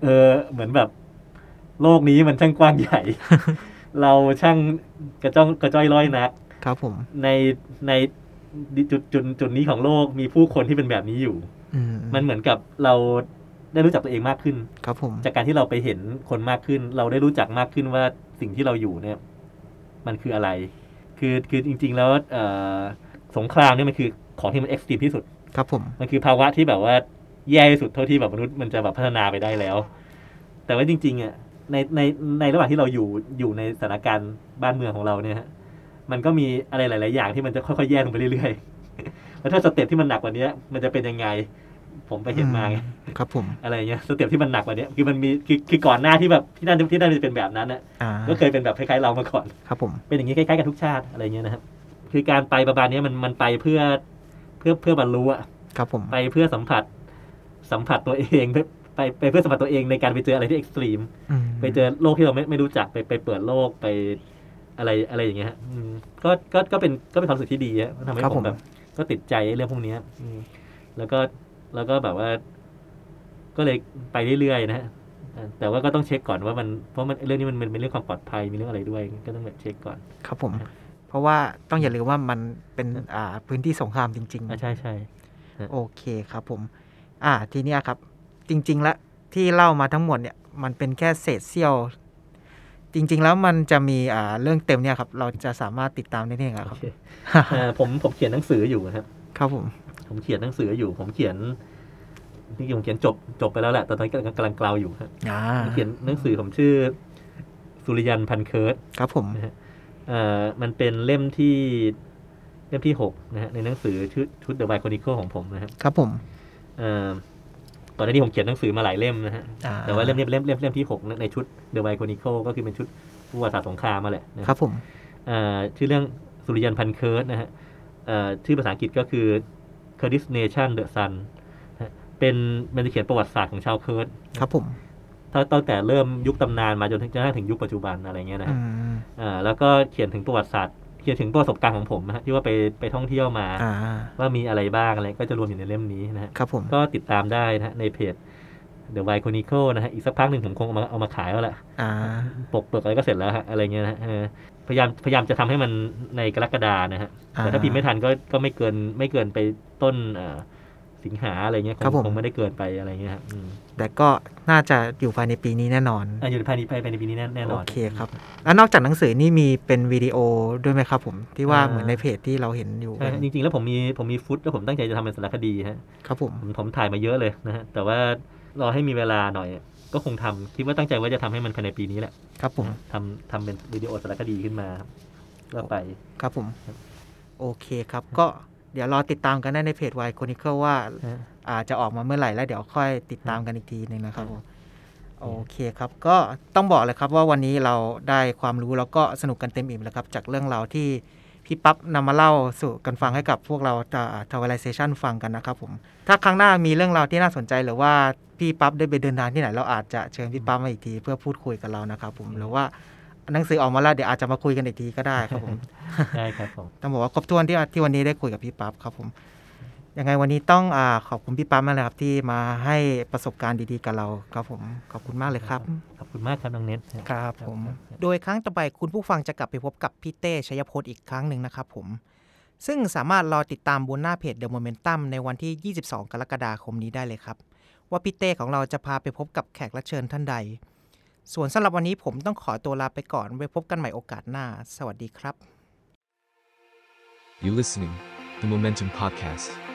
เออเหมือนแบบโลกนี้มันช่างกว้างใหญ่ เราช่างกระจ้องกระจ้อยร้อยนักครับผมในในจุดจุดจุดนี้ของโลกมีผู้คนที่เป็นแบบนี้อยู่มันเหมือนกับเราได้รู้จักตัวเองมากขึ้นครับผมจากการที่เราไปเห็นคนมากขึ้นเราได้รู้จักมากขึ้นว่าสิ่งที่เราอยู่เนี่ยมันคืออะไรคือคือจริงๆแล้วเอ่อสงครามเนี่ยมันคือของที่มันเอ็กซ์ตรีมที่สุดครับผมมันคือภาวะที่แบบว่าแย่ที่สุดเท่าที่แบบมนุษย์มันจะแบบพัฒนาไปได้แล้วแต่ว่าจริงๆอ่ะในในในระหว่างที่เราอยู่อยู่ในสถานการณ์บ้านเมืองของเราเนี่ยมันก็มีอะไรหลายๆอย่างที่มันจะค่อยๆแย่ลงไปเรื่อยๆแล้วถ้าสเต็ปที่มันหนักกว่านี้มันจะเป็นยังไงผมไปเห็นมาไงครับผมอะไรเงี้ยสเต็ปที่มันหนักกว่านี้คือมันมีคือคือก่อนหน้าที่แบบที่นั่นที่นั่นจะเป็นแบบนั้นน่ะก็เคยเป็นแบบคล้ายๆเรามาก่อนครับผมเป็นอย่างนี้คล้ายๆกันทุกชาติอะไรเงี้ยนะครับคือการไปประมาณนี้มันมันไปเพื่อเพื่อเพื่อบรรลุอ่ะครับผมไปเพื่อสัมผัสสัมผัสตัวเองไปไปเพื่อสัมผัสตัวเองในการไปเจออะไรที่เอ็กซ์ตรีมไปเจอโลกที่เราไม่ไม่รู้จักไปไปเปิดโลกไปอะไรอะไรอย่างเงี้ยก็ก็ก็เป็นก็เป็นความรู้สึกที่ดีอ่ะทำให้ผมแบบก็ติดใจเรื่องพวกนี้แล้วก็แล้วก็แบบว่าก็เลยไปเรื่อยๆนะแต่ว่าก็ต้องเช็คก่อนว่ามันเพราะมันเรื่องนี้มันเป็นเรื่องความปลอดภัยมีเรื่องอะไรด้วยก็ต้องแบบเช็คก่อนครับผมเพราะว่าต้องอย่าลืมว่ามันเป็นอ่าพื้นที่สงครามจริงๆใช่ใช่โอเคครับผมอ่าทีเนี้ยครับจริงๆแล้วที่เล่ามาทั้งหมดเนี่ยมันเป็นแค่เศษเสี้ยวจริงๆแล้วมันจะมีอ่าเรื่องเต็มเนี่ยครับเราจะสามารถติดตามได้ที่ไหนครับผมผมเขียนหนังสืออยู่ครับครับผมผมเขียนหนังสืออยู่ผมเขียนที่ผมเขียนจบจบไปแล้วแหละตอนนี้กำลังกล่าวอยู่ครับเขียนหนังสือผมชื่อสุริยันพันเคิร์ตครับผมเอ่อมันเป็นเล่มที่เล่มที่หกนะฮะในหนังสือชุดชุด The Wild Chronicle ของผมนะครับครับผมเอ่อก่อนหน้านี้ผมเขียนหนังสือมาหลายเล่มนะฮะแต่ว่าเล่มนี้เล่มเล่มเล่มที่หกในชุด The Wild Chronicle ก็คือเป็นชุดประวัติศาสตร์สงครามมาแหละครับผมเอ่อชื่อเรื่องสุริยันพันเคิร์ตนะฮะเอ่อชื่อภาษาอังกฤษก็คือ Kurdish Nation the Sun เป็นมันจะเขียนประวัติศาสตร์ของชาวเคิร์ดครับผมตั้งแต่เริ่มยุคตำนานมาจนถึงจนถึงยุคปัจจุบันอะไรเงี้ยนะฮะอ่าแล้วก็เขียนถึงประวัติศาสตร์เขียนถึงประสบการณ์ของผมนะฮะที่ว่าไปไปท่องเที่ยวมาว่ามีอะไรบ้างอะไรก็จะรวมอยู่ในเล่มนี้นะฮะครับผมก็ติดตามได้นะฮะในเพจ The Wild Chronicle นะฮะอีกสักพักหนึ่งผมคงเอามาเอามาขายแล้วแหละปกเปิดอะไรก็เสร็จแล้วฮะอะไรเงี้ยนะฮะพยายามพยายามจะทำให้มันในกรกฎานะฮะแต่ถ้าพิมพ์ไม่ทันก็ก็ไม่เกินไม่เกินไปต้นสิงหาอะไรเงี้ยคงคงไม่ได้เกินไปอะไรเงี้ยครับแต่ก็น่าจะอยู่ภายในปีนี้แน่นอนอ่าอยู่ภายในภายในปีนี้แน่นอนโอเคครับแล้วนอกจากหนังสือนี่มีเป็นวิดีโอด้วยไหมครับผมที่ว่าเหมือนในเพจที่เราเห็นอยู่จริงๆแล้วผมมีผมมีฟุตแล้วผมตั้งใจจะทำเป็นสารคดีฮะครับผมผมผมถ่ายมาเยอะเลยนะฮะแต่ว่ารอให้มีเวลาหน่อยก็คงทำคิดว่าตั้งใจว่าจะทำให้มันภายในปีนี้แหละครับผมทำทำเป็นวิดีโอสารคดีขึ้นมาแล้วไปครับผมโอเคครับก็เดี๋ยวรอติดตามกันได้ในเพจ Wild Chronicle ว่าอาจจะออกมาเมื่อไหร่แล้วเดี๋ยวค่อยติดตามกันอีกทีนึงนะครับโอเคครับก็ต้องบอกเลยครับว่าวันนี้เราได้ความรู้แล้วก็สนุกกันเต็มอิ่มแล้วครับจากเรื่องราวที่พี่ปั๊บนำมาเล่าสู่กันฟังให้กับพวกเราทวารไซชั่นฟังกันนะครับผมถ้าครั้งหน้ามีเรื่องราวที่น่าสนใจหรือว่าพี่ปั๊บได้ไปเดินทางที่ไหนเราอาจจะเชิญพี่ปั๊บมาอีกทีเพื่อพูดคุยกับเรานะครับผมหรือว่าหนังสือออกมาแล้วเดี๋ยวอาจจะมาคุยกันอีกทีก็ได้ครับผมได้ครับผมต้องบอกว่าครบถ้วนที่ที่วันนี้ได้คุยกับพี่ปั๊บครับผมยังไงวันนี้ต้องอ่าขอบคุณพี่ปั๊บมากเลยครับที่มาให้ประสบการณ์ดีๆกับเราครับผมขอบคุณมากเลยครับขอบคุณมากครับน้องเน็ตครับผมโดยครั้งต่อไปคุณผู้ฟังจะกลับไปพบกับพี่เต้ชัยพลอีกครั้งหนึ่งนะครับผมซึ่งสามารถรอติดตามบนหน้าเพจ The Momentum ในวันที่ยี่สิบสองกรกฎาคมนี้ได้เลยครับว่าพี่เต้ของเราจะพาไปพบกับแขกรับเชิญท่านใดส่วนสำหรับวันนี้ผมต้องขอตัวลาไปก่อนไว้พบกันใหม่โอกาสหน้าสวัสดีครับ You listening The Momentum Podcast